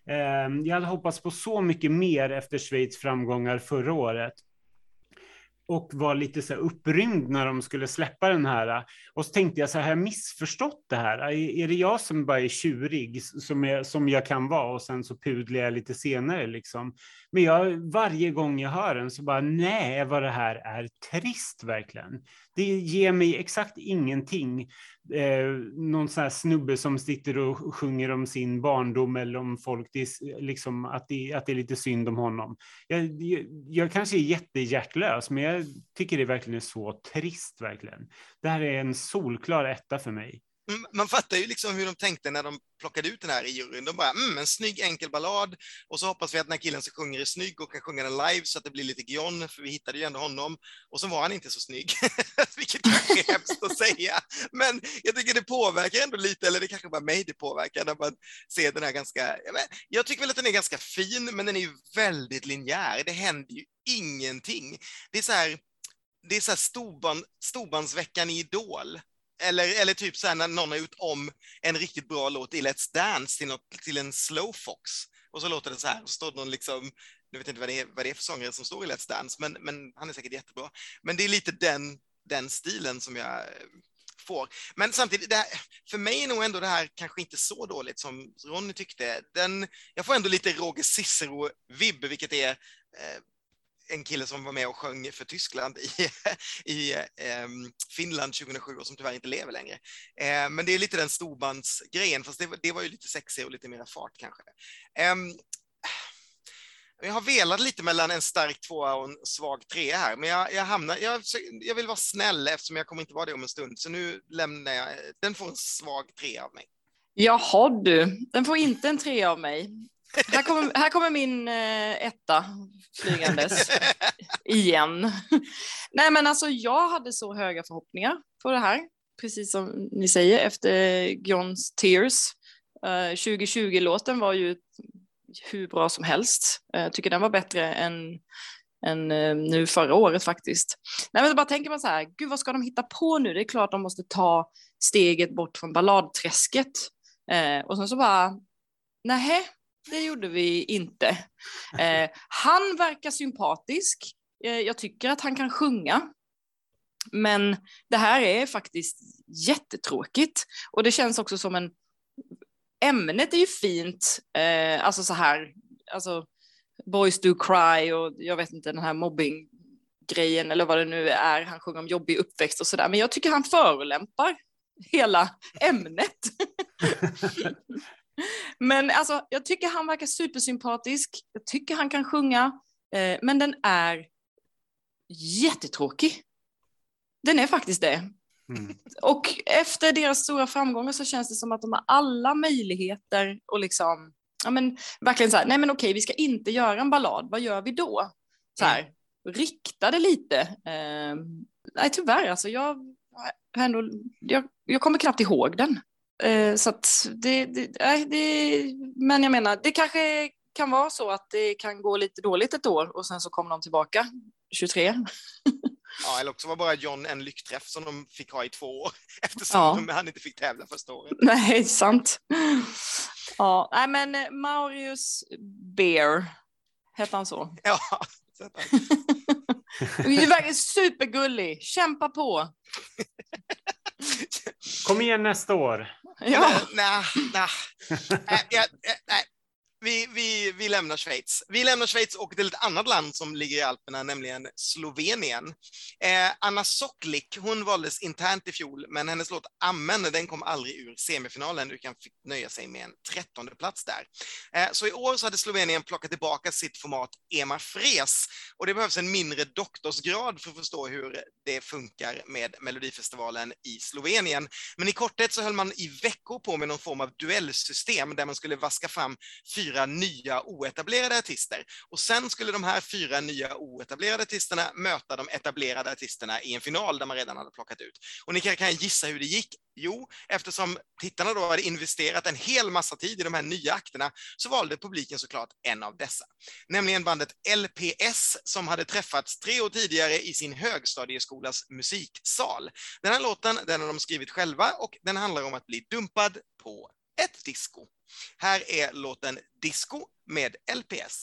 Jag hade hoppats på så mycket mer efter Schweiz framgångar förra året. Och var lite så här upprymd när de skulle släppa den här. Och så tänkte jag så här, har jag missförstått det här? Är det jag som bara är tjurig som jag kan vara, och sen så pudlar jag lite senare liksom. Men varje gång jag hör den så bara, nej, vad det här är trist verkligen. Det ger mig exakt ingenting. Någon sån här snubbe som sitter och sjunger om sin barndom, eller om folk, det är liksom att det är lite synd om honom. Jag kanske är jättehjärtlös, men jag tycker det verkligen är så trist verkligen. Det här är en solklar etta för mig. Man fattar ju liksom hur de tänkte när de plockade ut den här i juryn. De bara, en snygg enkel ballad, och så hoppas vi att den här killen som sjunger är snygg och kan sjunga den live så att det blir lite Gion, för vi hittade ju ändå honom, och så var han inte så snygg. Vilket kanske är hemskt att säga, men jag tycker det påverkar ändå lite, eller det kanske bara mig det påverkar när man ser den här ganska, jag tycker väl att den är ganska fin, men den är ju väldigt linjär. Det händer ju ingenting. Det är så här storbandsveckan i Idol. Eller typ så här när någon har gjort om en riktigt bra låt i Let's Dance till en slow fox. Och så låter det så här. Och så står det någon liksom, nu vet inte vad det är för sångare som står i Let's Dance, men han är säkert jättebra. Men det är lite den stilen som jag får. Men samtidigt, för mig är nog ändå det här kanske inte så dåligt som Ronny tyckte. Jag får ändå lite Roger Cicero-vibb, vilket är en kille som var med och sjöng för Tyskland i Finland 2007 och som tyvärr inte lever längre. Men det är lite den storbandsgrejen, fast det var ju lite sexig och lite mer fart kanske. Jag har velat lite mellan en stark 2 och en svag 3 här, men jag vill vara snäll eftersom jag kommer inte vara det om en stund, så nu lämnar jag, den får en svag 3 av mig. Jaha du, den får inte en 3 av mig. Här kommer min etta flygandes igen. Nej, men alltså jag hade så höga förhoppningar på det här, precis som ni säger, efter Gions Tears. 2020-låten var ju hur bra som helst. Jag tycker den var bättre än nu förra året faktiskt. Nej, men bara tänker man så här, gud vad ska de hitta på nu? Det är klart de måste ta steget bort från balladträsket. Och sen så bara, nej. Det gjorde vi inte. Han verkar sympatisk. Jag tycker att han kan sjunga. Men det här är faktiskt jättetråkigt. Och det känns också som ämnet är ju fint. Alltså så här. Alltså Boys Do Cry och jag vet inte, den här mobbing-grejen eller vad det nu är. Han sjunger om jobbig uppväxt och sådär. Men jag tycker han förolämpar hela ämnet. Men alltså, jag tycker han verkar supersympatisk. Jag tycker han kan sjunga. Men den är jättetråkig. Den är faktiskt det. Och efter deras stora framgångar så känns det som att de har alla möjligheter och liksom, ja men verkligen så här, nej men okej, vi ska inte göra en ballad. Vad gör vi då? Så här, rikta det lite. Nej, tyvärr alltså, jag kommer knappt ihåg den. Så att men jag menar, det kanske kan vara så att det kan gå lite dåligt ett år och sen så kommer de tillbaka 23. Ja, eller också var bara John en lyckträff som de fick ha i 2 år eftersom han inte fick tävla första året. Nej, sant. Ja, nej men Maurius Bear, heter han så? Ja. Du är verkligen supergullig, kämpa på. Kom igen nästa år. Ja. Nej. Vi lämnar Schweiz. Vi lämnar Schweiz och till ett annat land som ligger i Alperna, nämligen Slovenien. Anna Soklik, hon valdes internt i fjol, men hennes låt Amen, den kom aldrig ur semifinalen, utan fick nöja sig med en 13:e plats där. Så i år så hade Slovenien plockat tillbaka sitt format Ema Fres, och det behövs en mindre doktorsgrad för att förstå hur det funkar med Melodifestivalen i Slovenien. Men i korthet så höll man i veckor på med någon form av duellsystem där man skulle vaska fram 4 nya oetablerade artister. Och sen skulle de här 4 nya oetablerade artisterna möta de etablerade artisterna i en final där man redan hade plockat ut. Och ni kan gissa hur det gick. Jo, eftersom tittarna då hade investerat en hel massa tid i de här nya akterna så valde publiken såklart en av dessa. Nämligen bandet LPS som hade träffats 3 år tidigare i sin högstadieskolas musiksal. Den här låten, den har de skrivit själva och den handlar om att bli dumpad på ett disco. Här är låten Disco med LPS.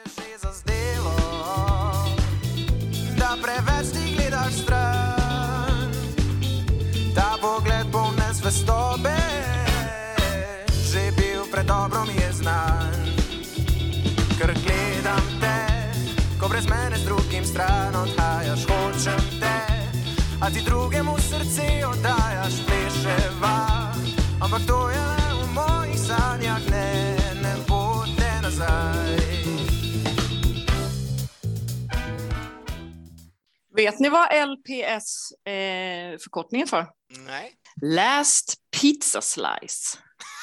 Da preveč ti gledaš stran, ta pogled polne zvestobe, že bil predobro mi je znan. Ker gledam te, ko brez mene z drugim stran odhajaš, hočem te, a ti drugemu srce oddajaš, pleševa, ampak to je le v mojih sanjah, ne bo te nazaj. Vet ni vad LPS förkortningen för? Nej. Last Pizza Slice.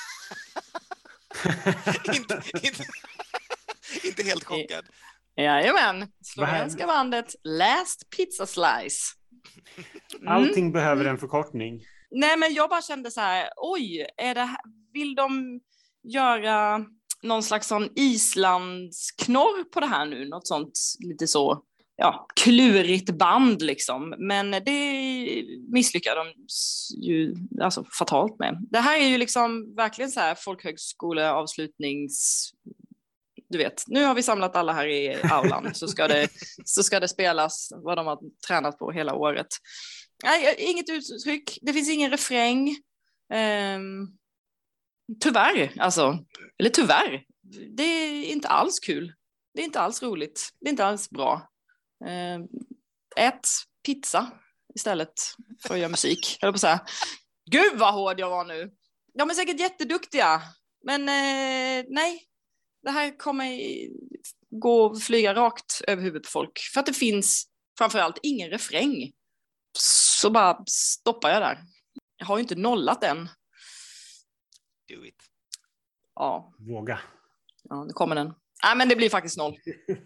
inte helt chockad. Jajamän, slovenska bandet Last Pizza Slice. Allting behöver en förkortning. Nej, men jag bara kände så här, oj, vill de göra någon slags sån Islandsknorr på det här nu? Något sånt lite så, ja, klurigt band liksom. Men det misslyckade de ju alltså fatalt med. Det här är ju liksom verkligen så här folkhögskoleavslutnings... Du vet, nu har vi samlat alla här i aulan, så ska det spelas vad de har tränat på hela året. Nej, inget uttryck, det finns ingen refräng. Tyvärr, alltså. Eller tyvärr. Det är inte alls kul. Det är inte alls roligt. Det är inte alls bra. Ät pizza istället för att göra musik. Jag höll på att säga. Gud vad hård jag var nu. De är säkert jätteduktiga. Men nej. Det här kommer flyga rakt över huvudet på folk. För att det finns framförallt ingen refräng. Så bara stoppar jag där. Jag har ju inte nollat än. Do it. Ja. Våga. Ja, nu kommer den. Nej, men det blir faktiskt 0.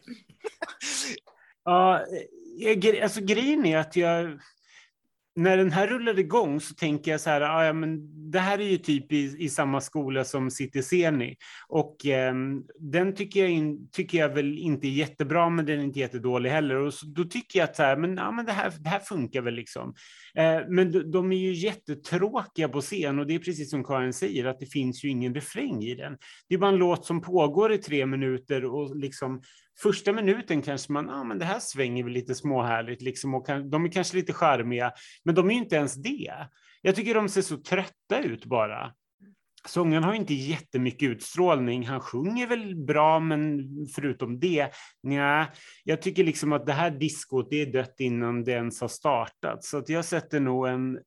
Ja, alltså grejen är att när den här rullade igång så tänker jag så här, ja, men det här är ju typ i samma skola som City Seni. Och den tycker jag väl inte är jättebra, men den är inte jättedålig heller. Och då tycker jag att så här, men det här funkar väl liksom. Men de är ju jättetråkiga på scen, och det är precis som Karin säger, att det finns ju ingen refräng i den. Det är bara en låt som pågår i 3 minuter, och liksom första minuten kanske man, men det här svänger väl lite småhärligt liksom, och de är kanske lite charmiga, men de är ju inte ens det. Jag tycker de ser så trötta ut bara. Sången har inte jättemycket utstrålning. Han sjunger väl bra, men förutom det, jag tycker liksom att det här diskot, det är dött innan det ens har startat. Så att jag sätter nog en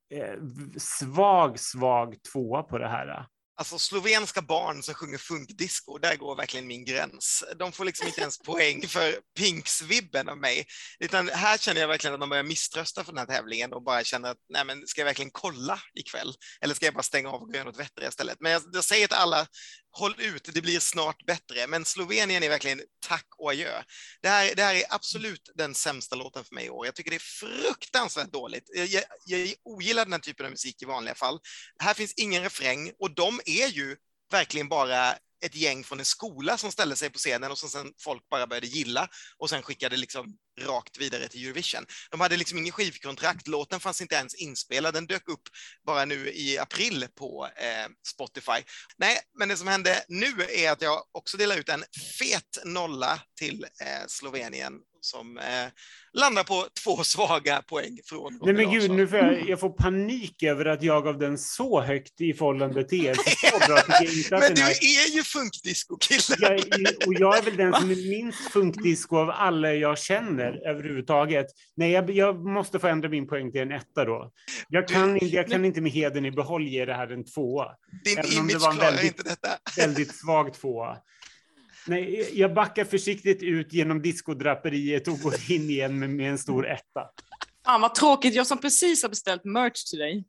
svag 2 på det här. Alltså slovenska barn som sjunger funkdisco, där går verkligen min gräns. De får liksom inte ens poäng för Pinks-vibben av mig. Utan här känner jag verkligen att de börjar misströsta för den här tävlingen och bara känner att, nej men ska jag verkligen kolla ikväll? Eller ska jag bara stänga av och gå något vettigare istället? Men jag säger till alla, håll ut, det blir snart bättre. Men Slovenien är verkligen tack och adjö. Det här är absolut den sämsta låten för mig i år. Jag tycker det är fruktansvärt dåligt. Jag ogillar den här typen av musik i vanliga fall. Här finns ingen refräng, och de är ju verkligen bara ett gäng från en skola som ställde sig på scenen och som sen folk bara började gilla och sen skickade liksom rakt vidare till Eurovision. De hade liksom ingen skivkontrakt, låten fanns inte ens inspelad, den dök upp bara nu i april på Spotify. Nej, men det som hände nu är att jag också delar ut en fet 0 till Slovenien som landar på 2 svaga poäng från Roger. Nej men gud, nu får jag får panik över att jag gav den så högt i förhållande till er. Så bra, men du är ju funkdisco-killen. Och jag är väl den som är minst funkdisco av alla jag känner överhuvudtaget. Nej, jag måste få ändra min poäng till en 1 då. Jag kan inte med heden i behåll ge det här en 2. Din image klarar inte detta. Väldigt svag 2. Nej, jag backar försiktigt ut genom diskodraperiet och går in igen med en stor 1. Fan vad tråkigt, jag som precis har beställt merch till dig.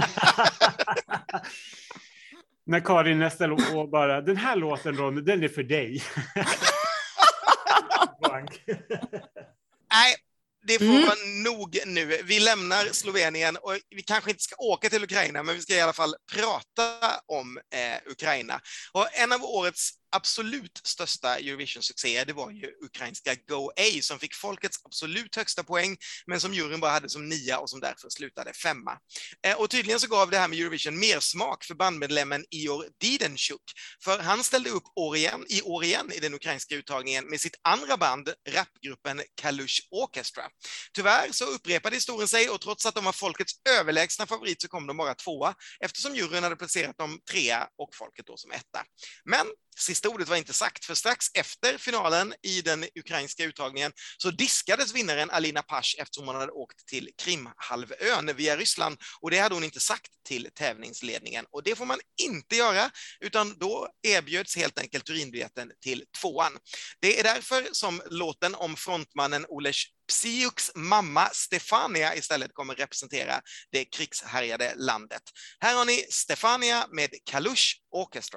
När Karin nästa låt bara, den här låten Ronny, den är för dig. Nej, det får vara nog nu. Vi lämnar Slovenien och vi kanske inte ska åka till Ukraina, men vi ska i alla fall prata om Ukraina. Och en av årets absolut största Eurovision-succé, det var ju ukrainska Go A som fick folkets absolut högsta poäng, men som juryn bara hade som 9 och som därför slutade 5. Och tydligen så gav det här med Eurovision mer smak för bandmedlemmen Ior Didenchuk, för han ställde upp i år igen i den ukrainska uttagningen med sitt andra band, rapgruppen Kalush Orchestra. Tyvärr så upprepade historien sig, och trots att de var folkets överlägsna favorit så kom de bara 2, eftersom juryn hade placerat dem 3 och folket då som 1. Men sista ordet var inte sagt, för strax efter finalen i den ukrainska uttagningen så diskades vinnaren Alina Pash eftersom hon hade åkt till Krimhalvön via Ryssland, och det hade hon inte sagt till tävlingsledningen, och det får man inte göra, utan då erbjöds helt enkelt urinbiljetten till 2. Det är därför som låten om frontmannen Olesz Psiuks mamma Stefania istället kommer representera det krigshärjade landet. Här har ni Stefania med Kalush Orchestra.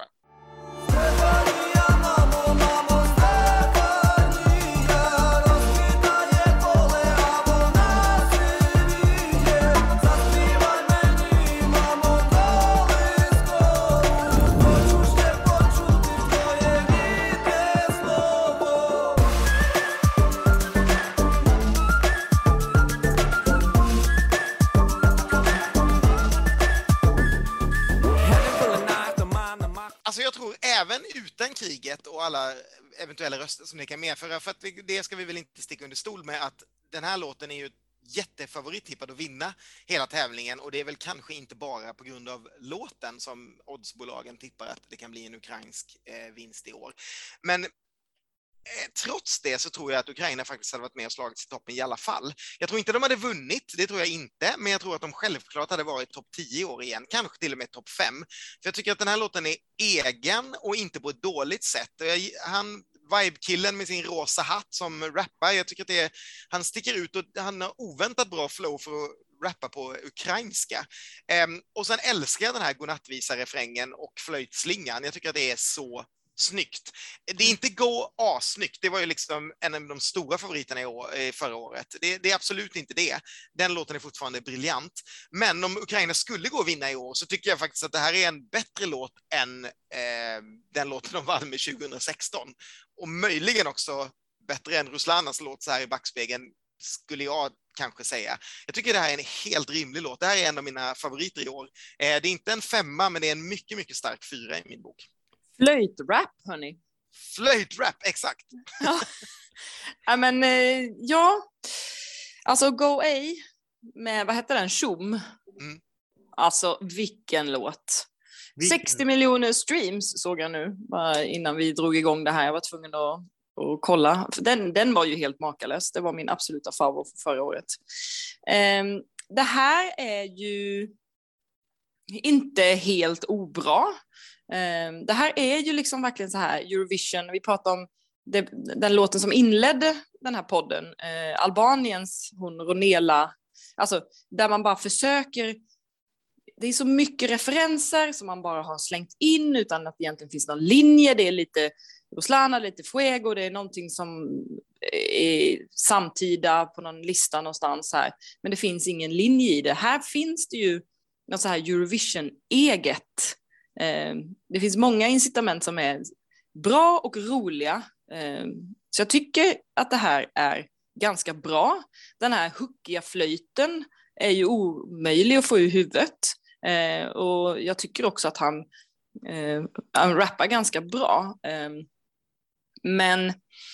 Alltså jag tror även utan kriget och alla eventuella röster som det kan medföra, för att det ska vi väl inte sticka under stol med, att den här låten är ju jättefavorittippad att vinna hela tävlingen, och det är väl kanske inte bara på grund av låten som oddsbolagen tippar att det kan bli en ukrainsk vinst i år. Men trots det så tror jag att Ukraina faktiskt hade varit med och slagit i toppen i alla fall. Jag tror inte de hade vunnit, det tror jag inte, men jag tror att de självklart hade varit topp 10 år igen, kanske till och med topp 5. För jag tycker att den här låten är egen och inte på ett dåligt sätt. Han vibe-killen med sin rosa hatt som rappar, jag tycker att han sticker ut, och han har oväntat bra flow för att rappa på ukrainska. Och sen älskar jag den här godnattvisa-refrängen och flöjtslingan. Jag tycker att det är så snyggt. Det är inte Go A-snyggt, det var ju liksom en av de stora favoriterna förra året. Det är absolut inte det. Den låten är fortfarande briljant. Men om Ukraina skulle gå och vinna i år så tycker jag faktiskt att det här är en bättre låt än den låten de vann med 2016. Och möjligen också bättre än Ruslanas låt så här i backspegeln, skulle jag kanske säga. Jag tycker det här är en helt rimlig låt. Det här är en av mina favoriter i år. Det är inte en 5, men det är en mycket, mycket stark 4 i min bok. Flöjtrap, hörni. Flöjtrap, exakt. Ja, men ja. Alltså Go A med, vad heter den? Shum. Alltså vilken låt. 60 miljoner streams såg jag nu bara innan vi drog igång det här. Jag var tvungen att kolla. Den var ju helt makalös. Det var min absoluta favorit för förra året. Det här är ju inte helt obra. Det här är ju liksom verkligen så här Eurovision. Vi pratar om den låten som inledde den här podden. Albaniens, hon Ronela. Alltså där man bara försöker. Det är så mycket referenser som man bara har slängt in utan att det egentligen finns någon linje. Det är lite Ruslana, lite Fuego. Det är någonting som är samtida på någon lista någonstans här. Men det finns ingen linje i det. Här finns det ju något så här Eurovision-eget. Det finns många incitament som är bra och roliga. Så jag tycker att det här är ganska bra. Den här hookiga flöjten är ju omöjlig att få i huvudet. Och jag tycker också att han rappar ganska bra. Men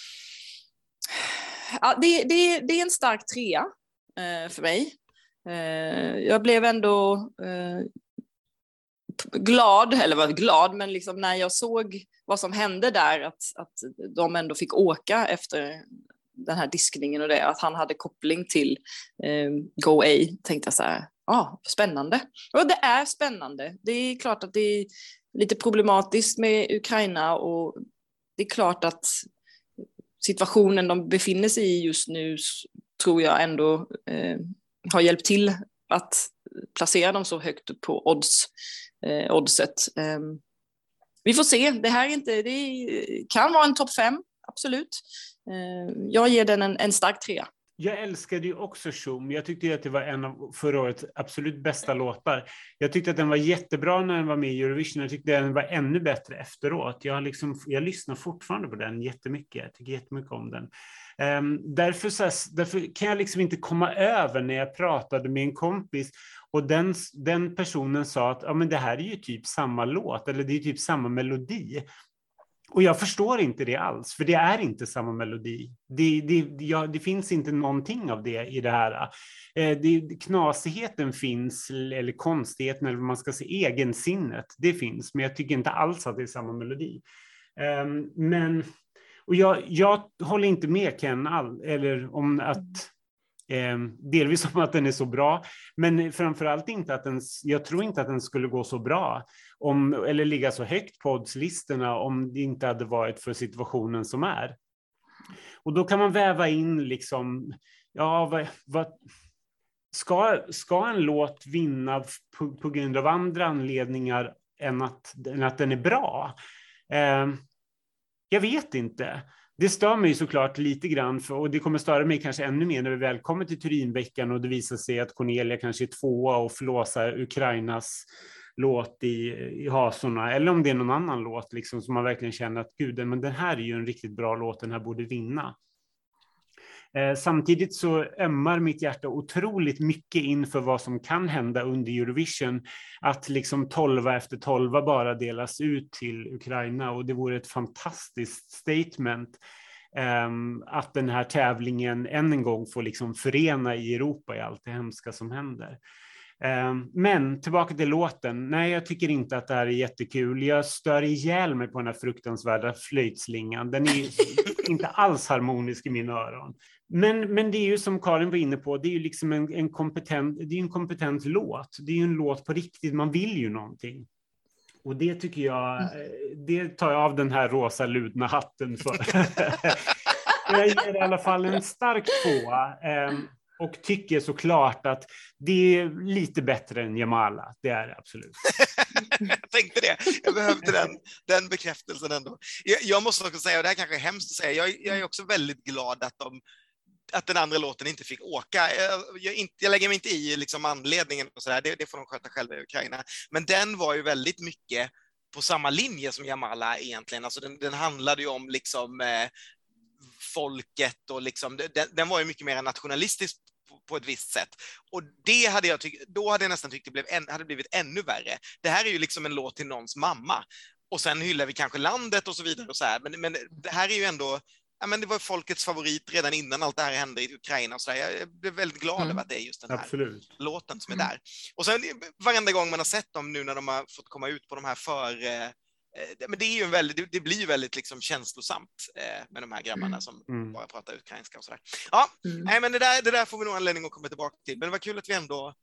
ja, det är en stark 3 för mig. Jag blev ändå glad, eller var glad, men liksom när jag såg vad som hände där, att de ändå fick åka efter den här diskningen och det, att han hade koppling till Go A, tänkte jag så här, spännande. Och det är spännande. Det är klart att det är lite problematiskt med Ukraina, och det är klart att situationen de befinner sig i just nu tror jag ändå har hjälpt till att placera dem så högt på oddset. Vi får se. Det kan vara en topp 5, absolut. Jag ger den en stark 3. Jag älskade ju också Shum. Jag tyckte att det var en av förra årets absolut bästa låtar. Jag tyckte att den var jättebra när den var med i Eurovision. Jag tyckte att den var ännu bättre efteråt. Jag lyssnar fortfarande på den jättemycket. Jag tycker jättemycket om den. Därför kan jag liksom inte komma över när jag pratade med en kompis och den personen sa att men det här är ju typ samma låt, eller det är typ samma melodi. Och jag förstår inte det alls, för det är inte samma melodi. Det finns inte någonting av det i det här. Knasigheten finns, eller konstigheten, eller vad man ska säga, egensinnet, det finns. Men jag tycker inte alls att det är samma melodi. Och jag håller inte med Ken eller om att delvis om att den är så bra, men framförallt inte att jag tror inte att den skulle gå så bra eller ligga så högt på oddslistorna om det inte hade varit för situationen som är. Och då kan man väva in liksom, ska en låt vinna på grund av andra anledningar än att den är bra? Jag vet inte. Det stör mig såklart lite grann, och det kommer störa mig kanske ännu mer när vi väl kommer till Turinveckan och det visar sig att Cornelia kanske är 2 och förlåsar Ukrainas låt i hasorna, eller om det är någon annan låt liksom, som man verkligen känner att gud, men den här är ju en riktigt bra låt, den här borde vinna. Samtidigt så ömmar mitt hjärta otroligt mycket inför vad som kan hända under Eurovision, att liksom 12 efter 12 bara delas ut till Ukraina, och det vore ett fantastiskt statement att den här tävlingen än en gång får liksom förena i Europa i allt det hemska som händer. Men tillbaka till låten. Nej, jag tycker inte att det här är jättekul. Jag stör ihjäl mig på den här fruktansvärda flöjtslingan. Den är inte alls harmonisk i mina öron. Men det är ju som Karin var inne på, det är ju liksom en kompetent låt. Det är ju en låt på riktigt, man vill ju någonting. Och det tycker jag, det tar jag av den här rosa ludna hatten för. Jag ger i alla fall en stark 2. Och tycker såklart att det är lite bättre än Jamala. Det är det absolut. Jag tänkte det. Jag behövde den bekräftelsen ändå. Jag måste också säga, och det här kanske är hemskt att säga, jag är också väldigt glad att den andra låten inte fick åka. Jag lägger mig inte i liksom anledningen och sådär. Det får de sköta själva i Ukraina. Men den var ju väldigt mycket på samma linje som Jamala egentligen. Alltså den handlade ju om liksom folket, och liksom, den var ju mycket mer nationalistisk på ett visst sätt. Och det hade jag nästan tyckt det hade blivit ännu värre. Det här är ju liksom en låt till någons mamma. Och sen hyllar vi kanske landet och så vidare och så här. Men det här är ju ändå, det var folkets favorit redan innan allt det här hände i Ukraina och så där. Jag blev väldigt glad över att det är just den här låten som är där. Och sen varenda gång man har sett dem nu när de har fått komma ut på de här men det är ju det blir ju väldigt liksom känslosamt med de här grabbarna som bara pratar ukrainska och sådär. Ja, nej, men det där får vi nog anledning att komma tillbaka till. Men det var kul att vi ändå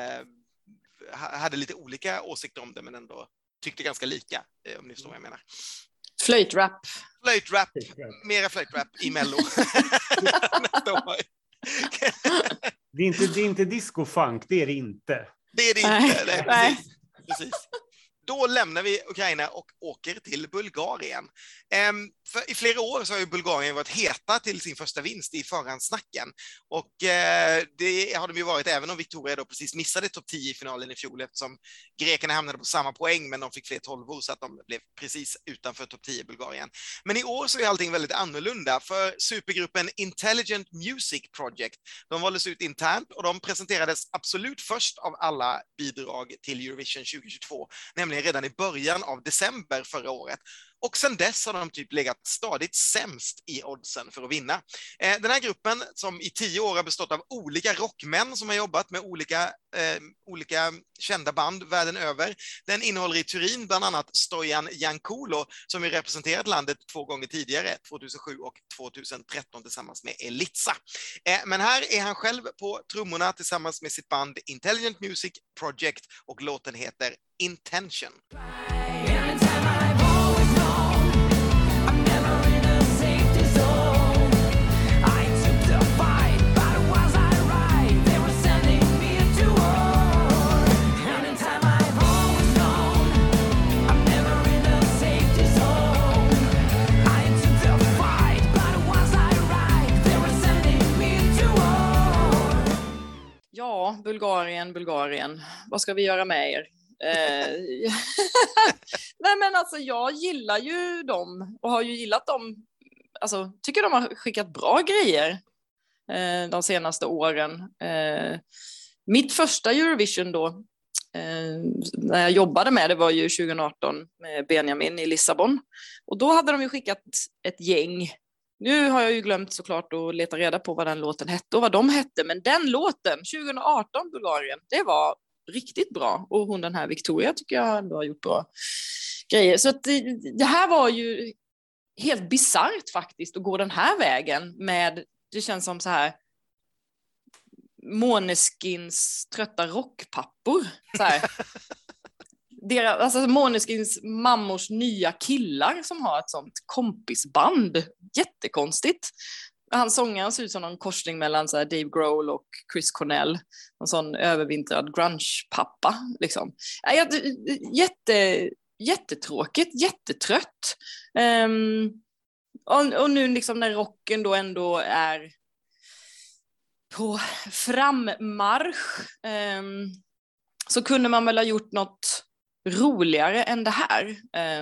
hade lite olika åsikter om det, men ändå tyckte ganska lika, om ni förstår vad jag menar. Flöjtrap. Mera flöjtrap i Mello nästa år. Det är inte disco-funk, det är det inte. Det är det inte, nej. Precis. Då lämnar vi Ukraina och åker till Bulgarien. För i flera år så har ju Bulgarien varit heta till sin första vinst i förhandssnacken. Och det har de ju varit, även om Victoria då precis missade topp 10 i finalen i fjol, eftersom grekerna hamnade på samma poäng, men de fick fler 12 så att de blev precis utanför topp 10 i Bulgarien. Men i år så är allting väldigt annorlunda, för supergruppen Intelligent Music Project, de valdes ut internt och de presenterades absolut först av alla bidrag till Eurovision 2022, nämligen redan i början av december förra året. Och sen dess har de typ legat stadigt sämst i oddsen för att vinna. Den här gruppen, som i 10 år har bestått av olika rockmän som har jobbat med olika kända band världen över, den innehåller i Turin bland annat Stojan Jankulo, som har representerat landet 2 gånger tidigare, 2007 och 2013 tillsammans med Elitsa. Men här är han själv på trummorna tillsammans med sitt band Intelligent Music Project, och låten heter Intention. Bulgarien. Vad ska vi göra med er? Nej, men alltså jag gillar ju dem och har ju gillat dem. Alltså tycker de har skickat bra grejer de senaste åren. Mitt första Eurovision då, när jag jobbade med det, var ju 2018 med Benjamin i Lissabon. Och då hade de ju skickat ett gäng. Nu har jag ju glömt såklart att leta reda på vad den låten hette och vad de hette. Men den låten, 2018 Bulgarien, det var riktigt bra. Och hon, den här Victoria, tycker jag ändå har gjort bra grejer. Så att det här var ju helt bizarrt faktiskt att gå den här vägen med, det känns som så här Måneskins trötta rockpappor. Så här. Alltså Måneskins mammors nya killar som har ett sånt kompisband. Jättekonstigt. Han sångaren ser ut som någon korsning mellan så här Dave Grohl och Chris Cornell. En sån övervintrad grunge-pappa. Liksom. Jättetråkigt, jättetrött. Och nu liksom när rocken då ändå är på frammarsch, så kunde man väl ha gjort något roligare än det här.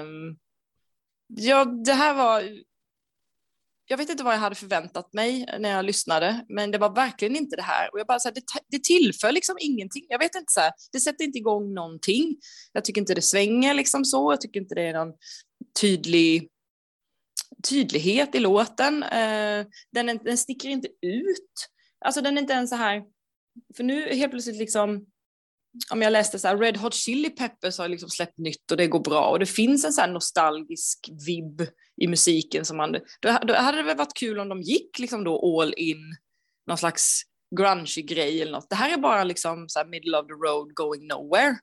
Ja, det här var... Jag vet inte vad jag hade förväntat mig när jag lyssnade, men det var verkligen inte det här. Och jag bara så här, det tillför liksom ingenting. Jag vet inte, så här, det sätter inte igång någonting. Jag tycker inte det svänger liksom så. Jag tycker inte det är någon tydlighet i låten. Den sticker inte ut. Alltså den är inte ens så här, för nu helt plötsligt liksom, om jag läste så här, Red Hot Chili Peppers har liksom släppt nytt och det går bra. Och det finns en så här nostalgisk vibb i musiken som man, då hade det väl varit kul om de gick liksom då all in, någon slags grunge grej eller något. Det här är bara liksom så här middle of the road going nowhere.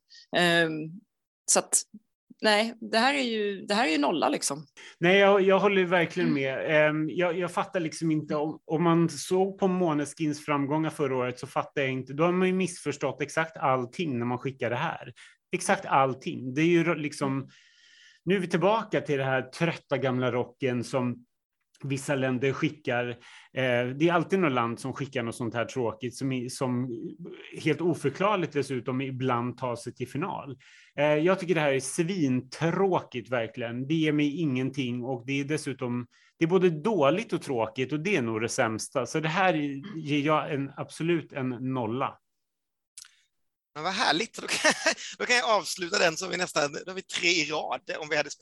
Så att nej, det här är ju nolla liksom. Nej, jag håller verkligen med. Jag fattar liksom inte, om man såg på Måneskins framgångar förra året så fattar jag inte. Då har man ju missförstått exakt allting när man skickar det här. Exakt allting. Det är ju liksom, nu är vi tillbaka till det här trötta gamla rocken som vissa länder skickar. Det är alltid något land som skickar något sånt här tråkigt som helt oförklarligt dessutom ibland tar sig till final. Jag tycker det här är svintråkigt verkligen. Det ger mig ingenting och det är dessutom, det är både dåligt och tråkigt och det är nog det sämsta. Så det här ger jag absolut en nolla. Men vad härligt, då kan jag avsluta den, så då har vi 3 i rad om vi hade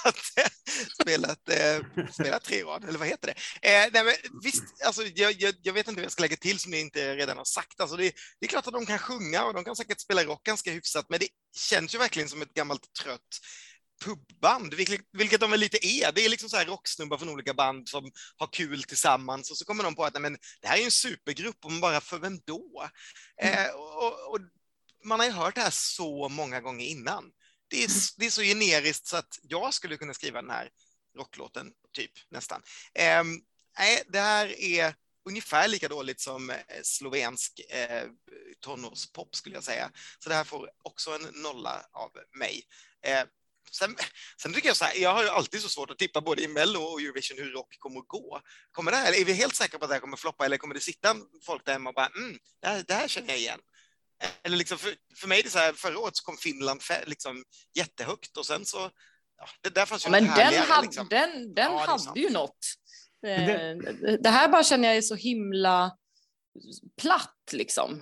spelat 3 i rad, eller vad heter det? Nej, men visst, alltså, jag vet inte vad jag ska lägga till som ni inte redan har sagt. Alltså, det är klart att de kan sjunga och de kan säkert spela rock ganska hyfsat, men det känns ju verkligen som ett gammalt trött pubband, vilket de väl lite är. Det är liksom så här rocksnubbar från olika band som har kul tillsammans och så kommer de på att nej, men det här är ju en supergrupp, och man bara, för vem då? Och man har ju hört det här så många gånger innan. Det är så generiskt så att jag skulle kunna skriva den här rocklåten, typ, nästan. Nej, det här är ungefär lika dåligt som slovensk tonårspop, skulle jag säga. Så det här får också en nolla av mig. Sen tycker jag så här, jag har ju alltid så svårt att tippa både i Mello och Eurovision hur rock kommer att gå. Är vi helt säkra på att det här kommer floppa, eller kommer det sitta folk där hemma och bara, det här känner jag igen? Eller liksom för mig är det så här, förra året så kom Finland liksom jättehögt och sen så, ja, det där fanns ju men den ja, hade ju något. Det här bara känner jag är så himla platt liksom.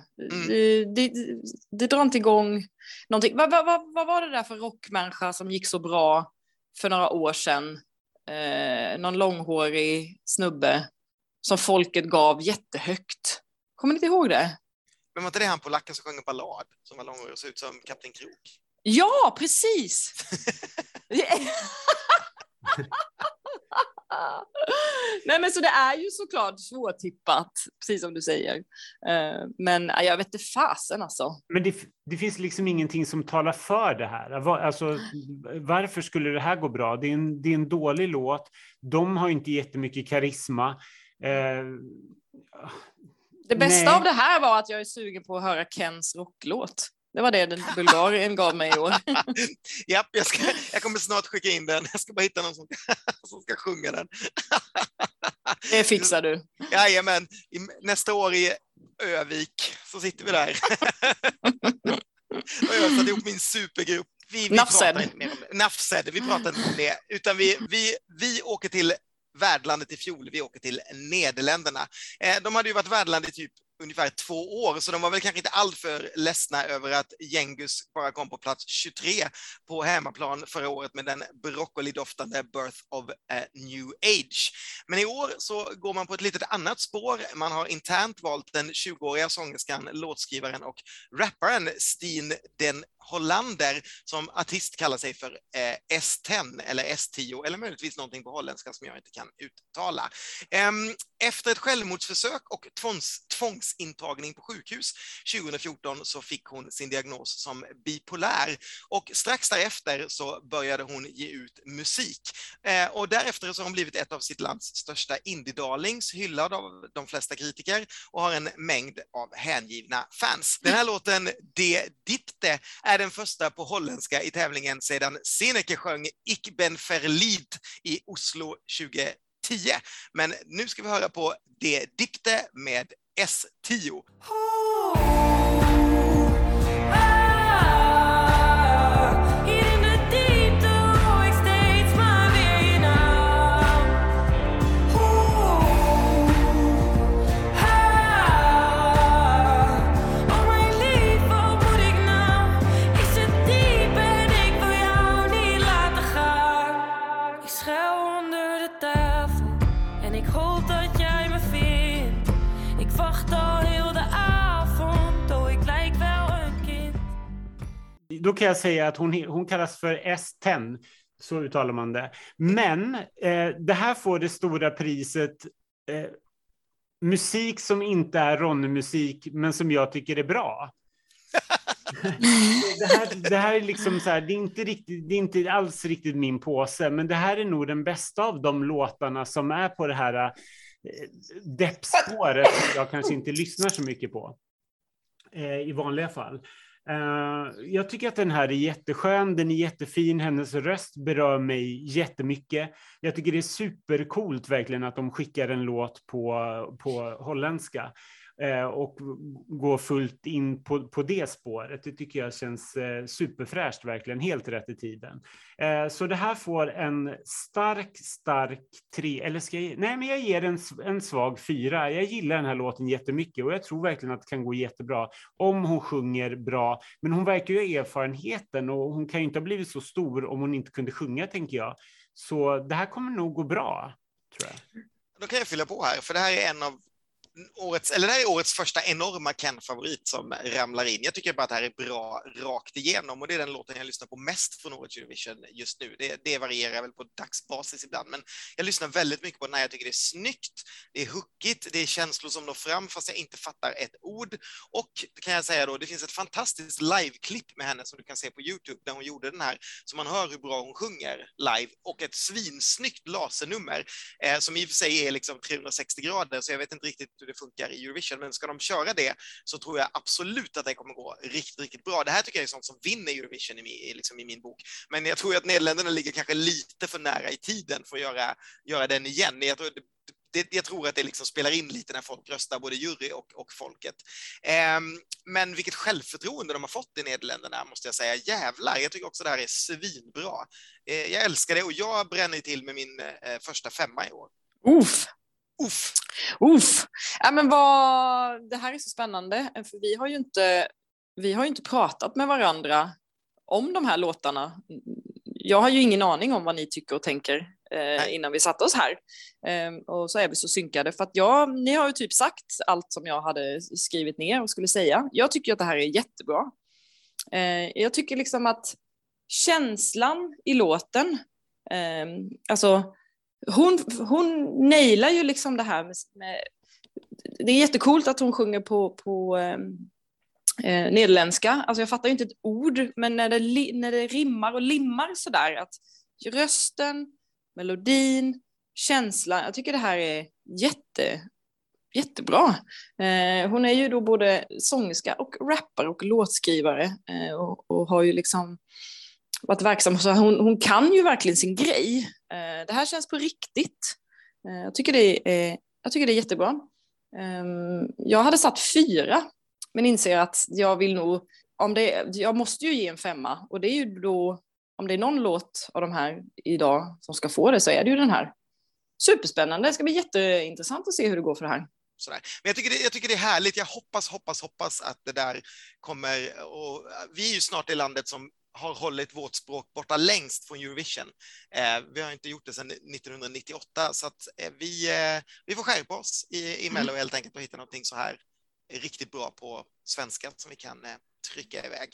Det drar inte igång någonting. Vad var det där för rockmänniska som gick så bra för några år sedan? Någon långhårig snubbe som folket gav jättehögt. Kommer ni inte ihåg det? Men var inte det han på lacken som sjöng en ballad som var långhårig och såg ut som Kapten Krok? Ja, precis! Nej, men så det är ju såklart svårtippat, precis som du säger. Men jag vet inte fasen alltså. Men det finns liksom ingenting som talar för det här. Alltså, varför skulle det här gå bra? Det är en dålig låt. De har inte jättemycket karisma. Det bästa av det här var att jag är sugen på att höra Kens rocklåt. Det var det den Bulgarien gav mig i år. Japp, jag kommer snart skicka in den. Jag ska bara hitta någon som ska sjunga den. Det fixar du. Jajamän. Nästa år i Övik, så sitter vi där. Och jag satt ihop min supergrupp. Vi pratar inte mer om det. Nafsed, vi pratar inte om det. Utan vi åker till värdlandet i fjol. Vi åker till Nederländerna. De hade ju varit värdland i typ ungefär 2 år, så de var väl kanske inte alltför ledsna över att Genghis bara kom på plats 23 på hemmaplan förra året med den broccolidoftande Birth of a New Age. Men i år så går man på ett litet annat spår. Man har internt valt den 20-åriga sångerskan, låtskrivaren och rapparen Steen den Hollander, som artist kallar sig för S10 eller S10 eller möjligtvis någonting på holländska som jag inte kan uttala. Efter ett självmordsförsök och tvångsintagning på sjukhus 2014 så fick hon sin diagnos som bipolär, och strax därefter så började hon ge ut musik. Och därefter så har hon blivit ett av sitt lands största indie-darlings, hyllad av de flesta kritiker och har en mängd av hängivna fans. Den här låten, De Dipte, är den första på holländska i tävlingen sedan Seneke sjöng Ik ben verliefd i Oslo 2010. Men nu ska vi höra på De Dipte med S10. Då kan jag säga att hon kallas för S10, så uttalar man det. Men det här får det stora priset musik som inte är Ronny-musik, men som jag tycker är bra. det här är liksom så här, det är inte alls riktigt min påse, men det här är nog den bästa av de låtarna som är på det här deppspåret som jag kanske inte lyssnar så mycket på i vanliga fall. Jag tycker att den här är jätteskön, den är jättefin, hennes röst berör mig jättemycket. Jag tycker det är supercoolt verkligen att de skickar en låt på holländska och går fullt in på det spåret. Det tycker jag känns superfräscht, verkligen helt rätt i tiden. Så det här får en stark 3, eller ska jag, nej, men jag ger en svag 4. Jag gillar den här låten jättemycket och jag tror verkligen att det kan gå jättebra om hon sjunger bra. Men hon verkar ju ha erfarenheten och hon kan ju inte ha blivit så stor om hon inte kunde sjunga, tänker jag. Så det här kommer nog gå bra, tror jag. Då kan jag fylla på här, för det här är en av årets första enorma Ken-favorit som ramlar in. Jag tycker bara att det här är bra rakt igenom, och det är den låten jag lyssnar på mest från årets Eurovision just nu. Det varierar väl på dagsbasis ibland, men jag lyssnar väldigt mycket på den här. Jag tycker det är snyggt, det är hookigt, det är känslor som når fram fast jag inte fattar ett ord. Och det kan jag säga då, det finns ett fantastiskt live-klipp med henne som du kan se på YouTube där hon gjorde den här, så man hör hur bra hon sjunger live, och ett svinsnyggt lasernummer som i och för sig är liksom 360 grader, så jag vet inte riktigt hur det funkar i Eurovision, men ska de köra det så tror jag absolut att det kommer gå riktigt, riktigt bra. Det här tycker jag är sånt som vinner Eurovision i min bok, men jag tror att Nederländerna ligger kanske lite för nära i tiden för att göra den igen. Jag tror att det liksom spelar in lite när folk röstar, både jury och folket. Men vilket självförtroende de har fått i Nederländerna, måste jag säga. Jävlar, jag tycker också det här är svinbra. Jag älskar det, och jag bränner till med min första 5 i år. Uff. Ja, men det här är så spännande, för vi har ju inte pratat med varandra om de här låtarna. Jag har ju ingen aning om vad ni tycker och tänker innan vi satte oss här. Och så är vi så synkade, för att ni har ju typ sagt allt som jag hade skrivit ner och skulle säga. Jag tycker att det här är jättebra. Jag tycker liksom att känslan i låten, alltså hon nailar ju liksom det här med det är jättekult att hon sjunger på nederländska. Alltså jag fattar ju inte ett ord, men när det rimmar och limmar sådär, att rösten, melodin, känslan, jag tycker det här är jättebra. Hon är ju då både sångerska och rappare och låtskrivare, och har ju liksom varit verksam, så hon kan ju verkligen sin grej. Det här känns på riktigt. Jag tycker det är jättebra. Jag hade satt 4, men inser att jag vill nog, jag måste ju ge en 5, och det är ju då, om det är någon låt av de här idag som ska få det, så är det ju den här. Superspännande, det ska bli jätteintressant att se hur det går för det här. Sådär. Men jag tycker det är härligt, jag hoppas att det där kommer, och vi är ju snart i landet som har hållit vårt språk borta längst från Eurovision. Vi har inte gjort det sedan 1998, så att vi får skärpa oss i Mello helt enkelt och hitta någonting så här riktigt bra på svenska som vi kan trycka iväg.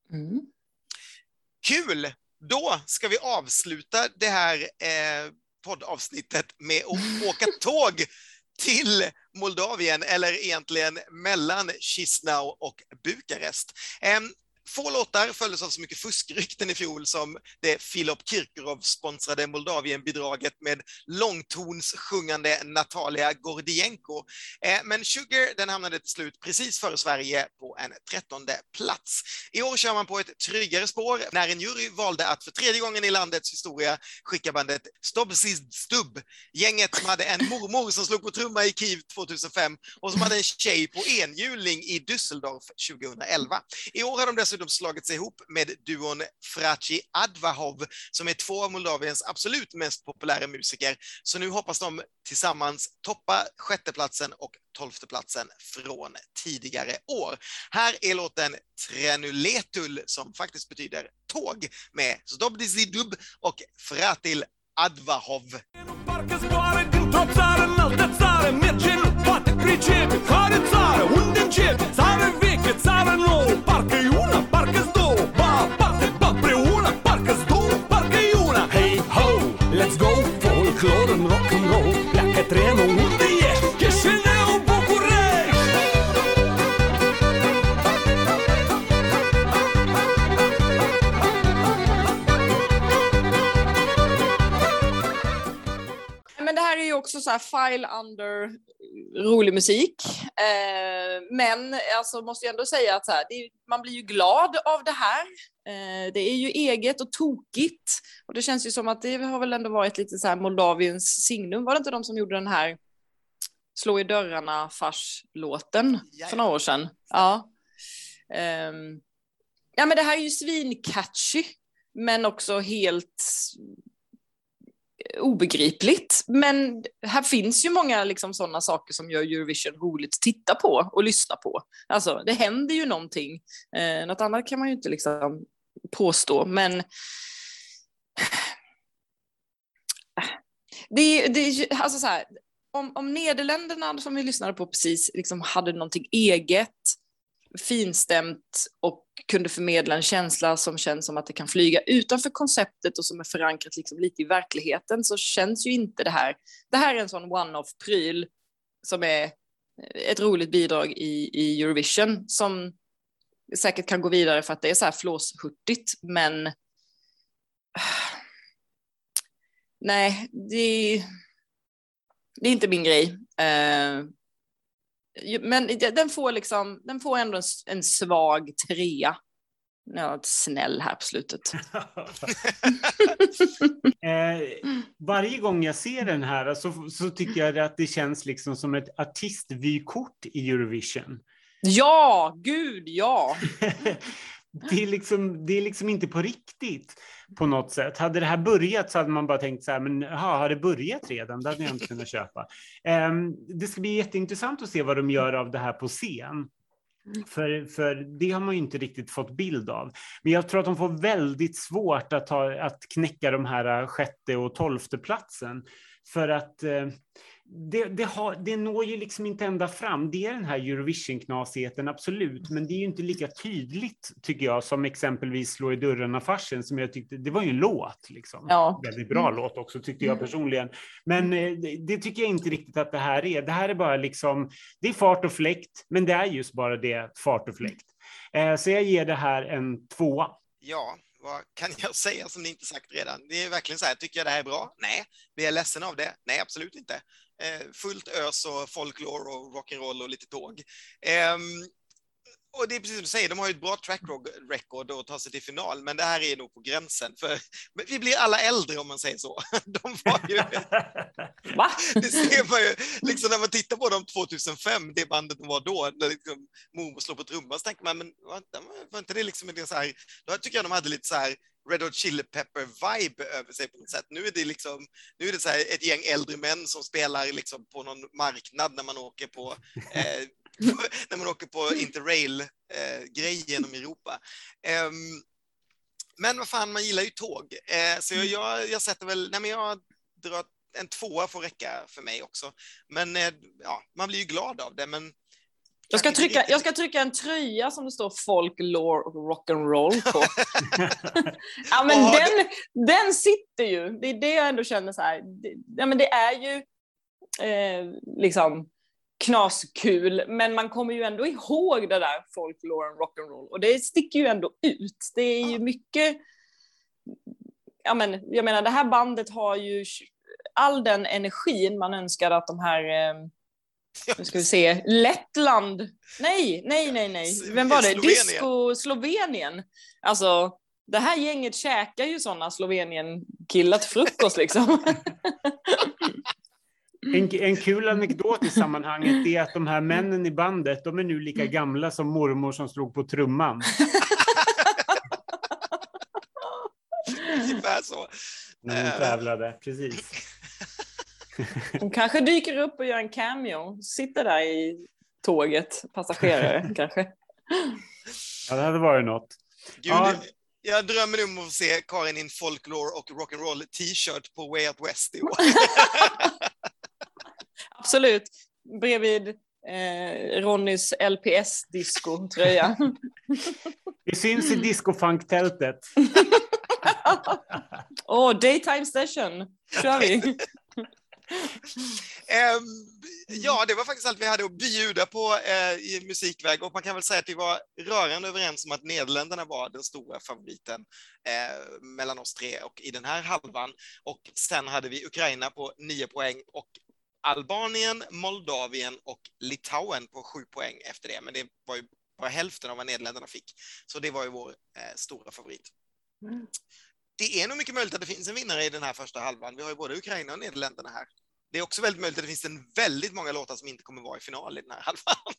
Kul! Då ska vi avsluta det här poddavsnittet med att åka tåg till Moldavien, eller egentligen mellan Chisinau och Bukarest. Få låtar följdes av så mycket fuskrykten i fjol som det Filip Kirkorov-sponsrade Moldavien-bidraget med långtonssjungande Natalia Gordienko. Men Sugar, den hamnade till slut precis före Sverige på en 13:e plats. I år kör man på ett tryggare spår när en jury valde att för 3:e gången i landets historia skicka bandet Stobzid Stub. Gänget som hade en mormor som slog på trumma i Kiev 2005 och som hade en tjej på enhjuling i Düsseldorf 2011. I år har de dessutom slagit sig ihop med duon Fraci Advahov som är 2 av Moldaviens absolut mest populära musiker. Så nu hoppas de tillsammans toppa 6:e platsen och 12:e platsen från tidigare år. Här är låten Trenuletul som faktiskt betyder tåg med Stobzidub och Fratil Advahov. Let's go, folklore and rock'n'roll. Pleacă trenul unde ești? Chișinău, București! Men det här är ju också så här file under rolig musik. Men alltså måste jag ändå säga att så här, man blir ju glad av det här. Det är ju eget och tokigt. Och det känns ju som att det har väl ändå varit lite så här Moldaviens signum. Var det inte de som gjorde den här Slå i dörrarna fars-låten för några år sedan? Ja. Ja, men det här är ju svincatchy. Men också helt obegripligt. Men här finns ju många liksom sådana saker som gör Eurovision roligt att titta på och lyssna på. Alltså, det händer ju någonting. Något annat kan man ju inte liksom påstå, men det alltså så här, om Nederländerna som vi lyssnade på precis liksom hade någonting eget, finstämt och kunde förmedla en känsla som känns som att det kan flyga utanför konceptet och som är förankrat liksom lite i verkligheten, så känns ju inte det här. Det här är en sån one-off-pryl som är ett roligt bidrag i Eurovision som säkert kan gå vidare för att det är så här flåshurtigt, men nej, det är inte min grej. Men den får ändå en svag 3. Jag är snäll här på slutet. Varje gång jag ser den här så tycker jag att det känns liksom som ett artistvykort i Eurovision. Ja, gud, ja. Det är liksom inte på riktigt på något sätt. Hade det här börjat så hade man bara tänkt så här, men har det börjat redan? Det hade jag inte kunnat köpa. Det ska bli jätteintressant att se vad de gör av det här på scen. För det har man ju inte riktigt fått bild av. Men jag tror att de får väldigt svårt att knäcka de här 6:e och 12:e platsen. För att det når ju liksom inte ända fram. Det är den här Eurovision-knasigheten, absolut. Men det är ju inte lika tydligt, tycker jag, som exempelvis Slå i dörrarna-farsen, som jag tyckte, det var ju en låt liksom. Ja. Väldigt bra låt också, tyckte jag personligen. Men det tycker jag inte riktigt att det här är. Det här är bara liksom, det är fart och fläkt, men det är just bara det, fart och fläkt. Så jag ger det här en 2. Ja, vad kan jag säga som ni inte sagt redan? Det är verkligen så här, tycker jag det här är bra? Nej. Blir jag ledsen av det? Nej, absolut inte. Fullt ös och folklore och rock'n'roll och lite tåg. Och det är precis som du säger, de har ju ett bra track record att ta sig till final, men det här är nog på gränsen. För vi blir alla äldre om man säger så. De var ju... Va? Det ser man ju, liksom när man tittar på dem 2005, det bandet de var då, när liksom Momo slår på trumman, så tänker man, men var inte det liksom en så här, då tycker jag de hade lite så här Red Hot Chili Pepper-vibe över sig på något sätt. Nu är det så här ett gäng äldre män som spelar liksom på någon marknad när man åker på Interrail-grej genom Europa. Men vad fan, man gillar ju tåg. Så jag sätter väl, jag drar en 2 får räcka för mig också. Men ja, man blir ju glad av det, men jag ska trycka en tröja som det står folklore rock'n'roll på. Ja, men den sitter ju. Det är det jag ändå känner så här. Det är ju liksom knaskul, men man kommer ju ändå ihåg det där folklore rock'n'roll, och det sticker ju ändå ut. Det är ju mycket, jag menar, det här bandet har ju all den energin man önskar att de här nu ska vi se, Lettland, nej, vem var det? Disco Slovenien. Alltså, det här gänget käkar ju sådana Slovenien-killar till frukost liksom. En kul anekdot i sammanhanget är att de här männen i bandet, de är nu lika gamla som mormor som slog på trumman. Ungefär så. När de tävlade, precis. De kanske dyker upp och gör en cameo. Sitter där i tåget, passagerare kanske. Ja, det hade varit något. Gud, jag drömmer om att se Karin i en folklore och rock'n'roll t-shirt på Way Out West i år. Absolut. Bredvid Ronnys LPS-disco-tröja. Det syns i discofunktältet. Daytime session. Kör vi. Ja, det var faktiskt allt vi hade att bjuda på i musikväg, och man kan väl säga att vi var rörande överens om att Nederländerna var den stora favoriten mellan oss tre och i den här halvan, och sen hade vi Ukraina på 9 poäng och Albanien, Moldavien och Litauen på 7 poäng efter det, men det var ju bara hälften av vad Nederländerna fick, så det var ju vår stora favorit. Det är nog mycket möjligt att det finns en vinnare i den här första halvan. Vi har ju både Ukraina och Nederländerna här. Det är också väldigt möjligt att det finns väldigt många låtar som inte kommer vara i final i den här halvan.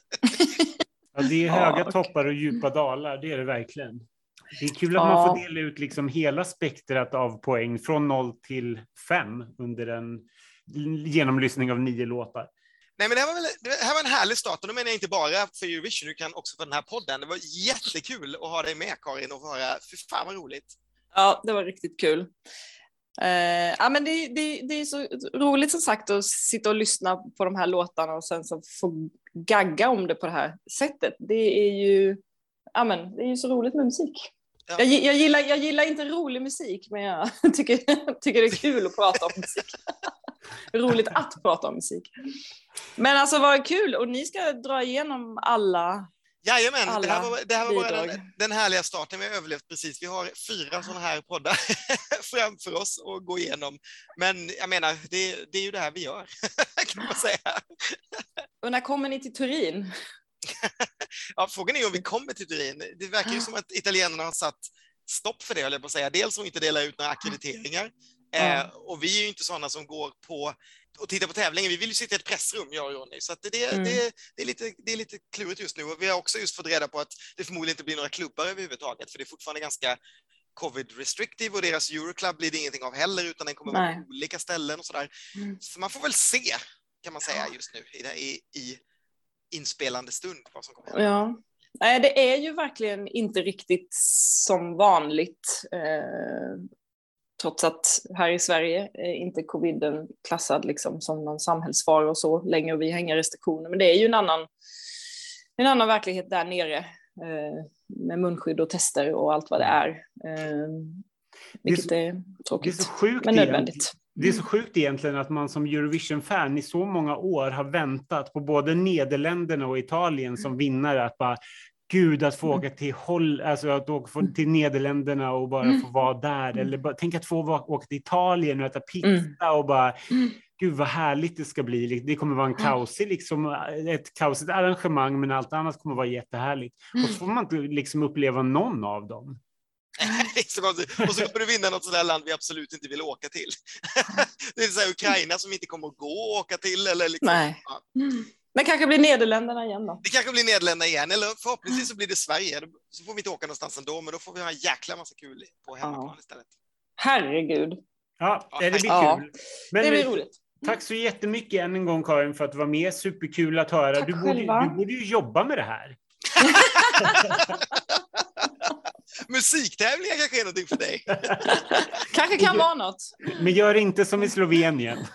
Ja, det är höga toppar och djupa dalar, det är det verkligen. Det är kul att man får dela ut liksom hela spektrat av poäng från 0 till 5 under en genomlyssning av 9 låtar. Nej, men det här var en härlig start, och då menar jag inte bara för Eurovision, utan också för den här podden. Det var jättekul att ha dig med, Karin, och höra. För fan vad roligt. Ja, det var riktigt kul. Men det är så roligt som sagt att sitta och lyssna på de här låtarna och sen så få gagga om det på det här sättet. Det är ju så roligt med musik. Ja. Jag gillar inte rolig musik, men jag tycker det är kul att prata om musik. Roligt att prata om musik. Men alltså vad kul, och ni ska dra igenom alla. Jajamän, det här var bara den härliga starten vi har överlevt precis. Vi har 4 sådana här poddar framför oss att gå igenom. Men jag menar, det är ju det här vi gör, kan man säga. Och när kommer ni till Turin? Ja, frågan är om vi kommer till Turin. Det verkar ju som att italienarna har satt stopp för det, höll jag på att säga. Dels som inte delar ut några akkrediteringar. Och vi är ju inte sådana som går på och tittar på tävlingen. Vi vill ju sitta i ett pressrum, jag och Ronny. Så att det är lite klurigt just nu. Och vi har också just fått reda på att det förmodligen inte blir några klubbar överhuvudtaget. För det är fortfarande ganska covid-restrictive, och deras Euroclub blir det ingenting av heller, utan den kommer vara på olika ställen och sådär. Så man får väl se, kan man säga just nu, i inspelande stund vad som kommer hända. Ja. Nej, det är ju verkligen inte riktigt som vanligt. Trots att här i Sverige är inte coviden klassad liksom som någon samhällsfara och så länge, och vi har inga restriktioner. Men det är ju en annan verklighet där nere med munskydd och tester och allt vad det är. Vilket är tråkigt, det är så sjukt, men nödvändigt. Det är så sjukt egentligen att man som Eurovision-fan i så många år har väntat på både Nederländerna och Italien som vinnare, att bara gud, att få åka till att åka till Nederländerna och bara få vara där, eller bara tänk att få åka till Italien och äta pizza och bara gud vad härligt det ska bli. Det kommer vara en kaosig, liksom, ett kaosigt arrangemang, men allt annat kommer vara jättehärligt. Och så får man inte liksom uppleva någon av dem. Och så kommer du vinna något sådär land vi absolut inte vill åka till. Det är så här Ukraina som inte kommer att gå och åka till. Eller liksom, Nej. Ja. Men kanske blir Nederländerna igen då. Det kanske blir Nederländerna igen, eller förhoppningsvis så blir det Sverige. Så får vi inte åka någonstans ändå, men då får vi ha en jäkla massa kul på hemmaplan istället. Herregud. Ja, det blir kul. Ja, Men det blir roligt. Tack så jättemycket än en gång, Karin, för att du var med. Superkul att höra. Tack Du borde ju jobba med det här. Musiktävlingar kanske är någonting för dig. Kanske kan vara något. Men gör inte som i Slovenien.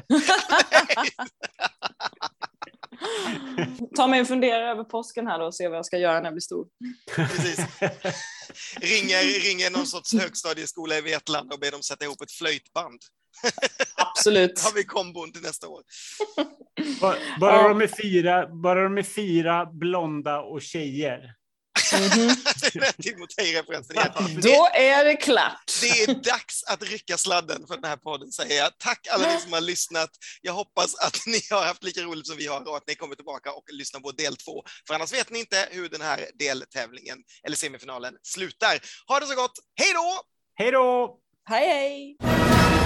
Ta mig och fundera över påsken här då och se vad jag ska göra när jag blir stor. Precis. Ringer någon sorts högstadieskola i Vetlanda och ber dem sätta ihop ett flöjtband. Absolut. Har vi kombon till nästa år. Bara de är fyra blonda och tjejer. Timotej-referensen. Då är det klart. Det är dags att rycka sladden för den här podden, säger jag. Tack alla ni som har lyssnat. Jag hoppas att ni har haft lika roligt som vi har och att ni kommer tillbaka och lyssnar på del 2. För annars vet ni inte hur den här deltävlingen eller semifinalen slutar. Ha det så gott. Hej då! Hej då! Hej hej!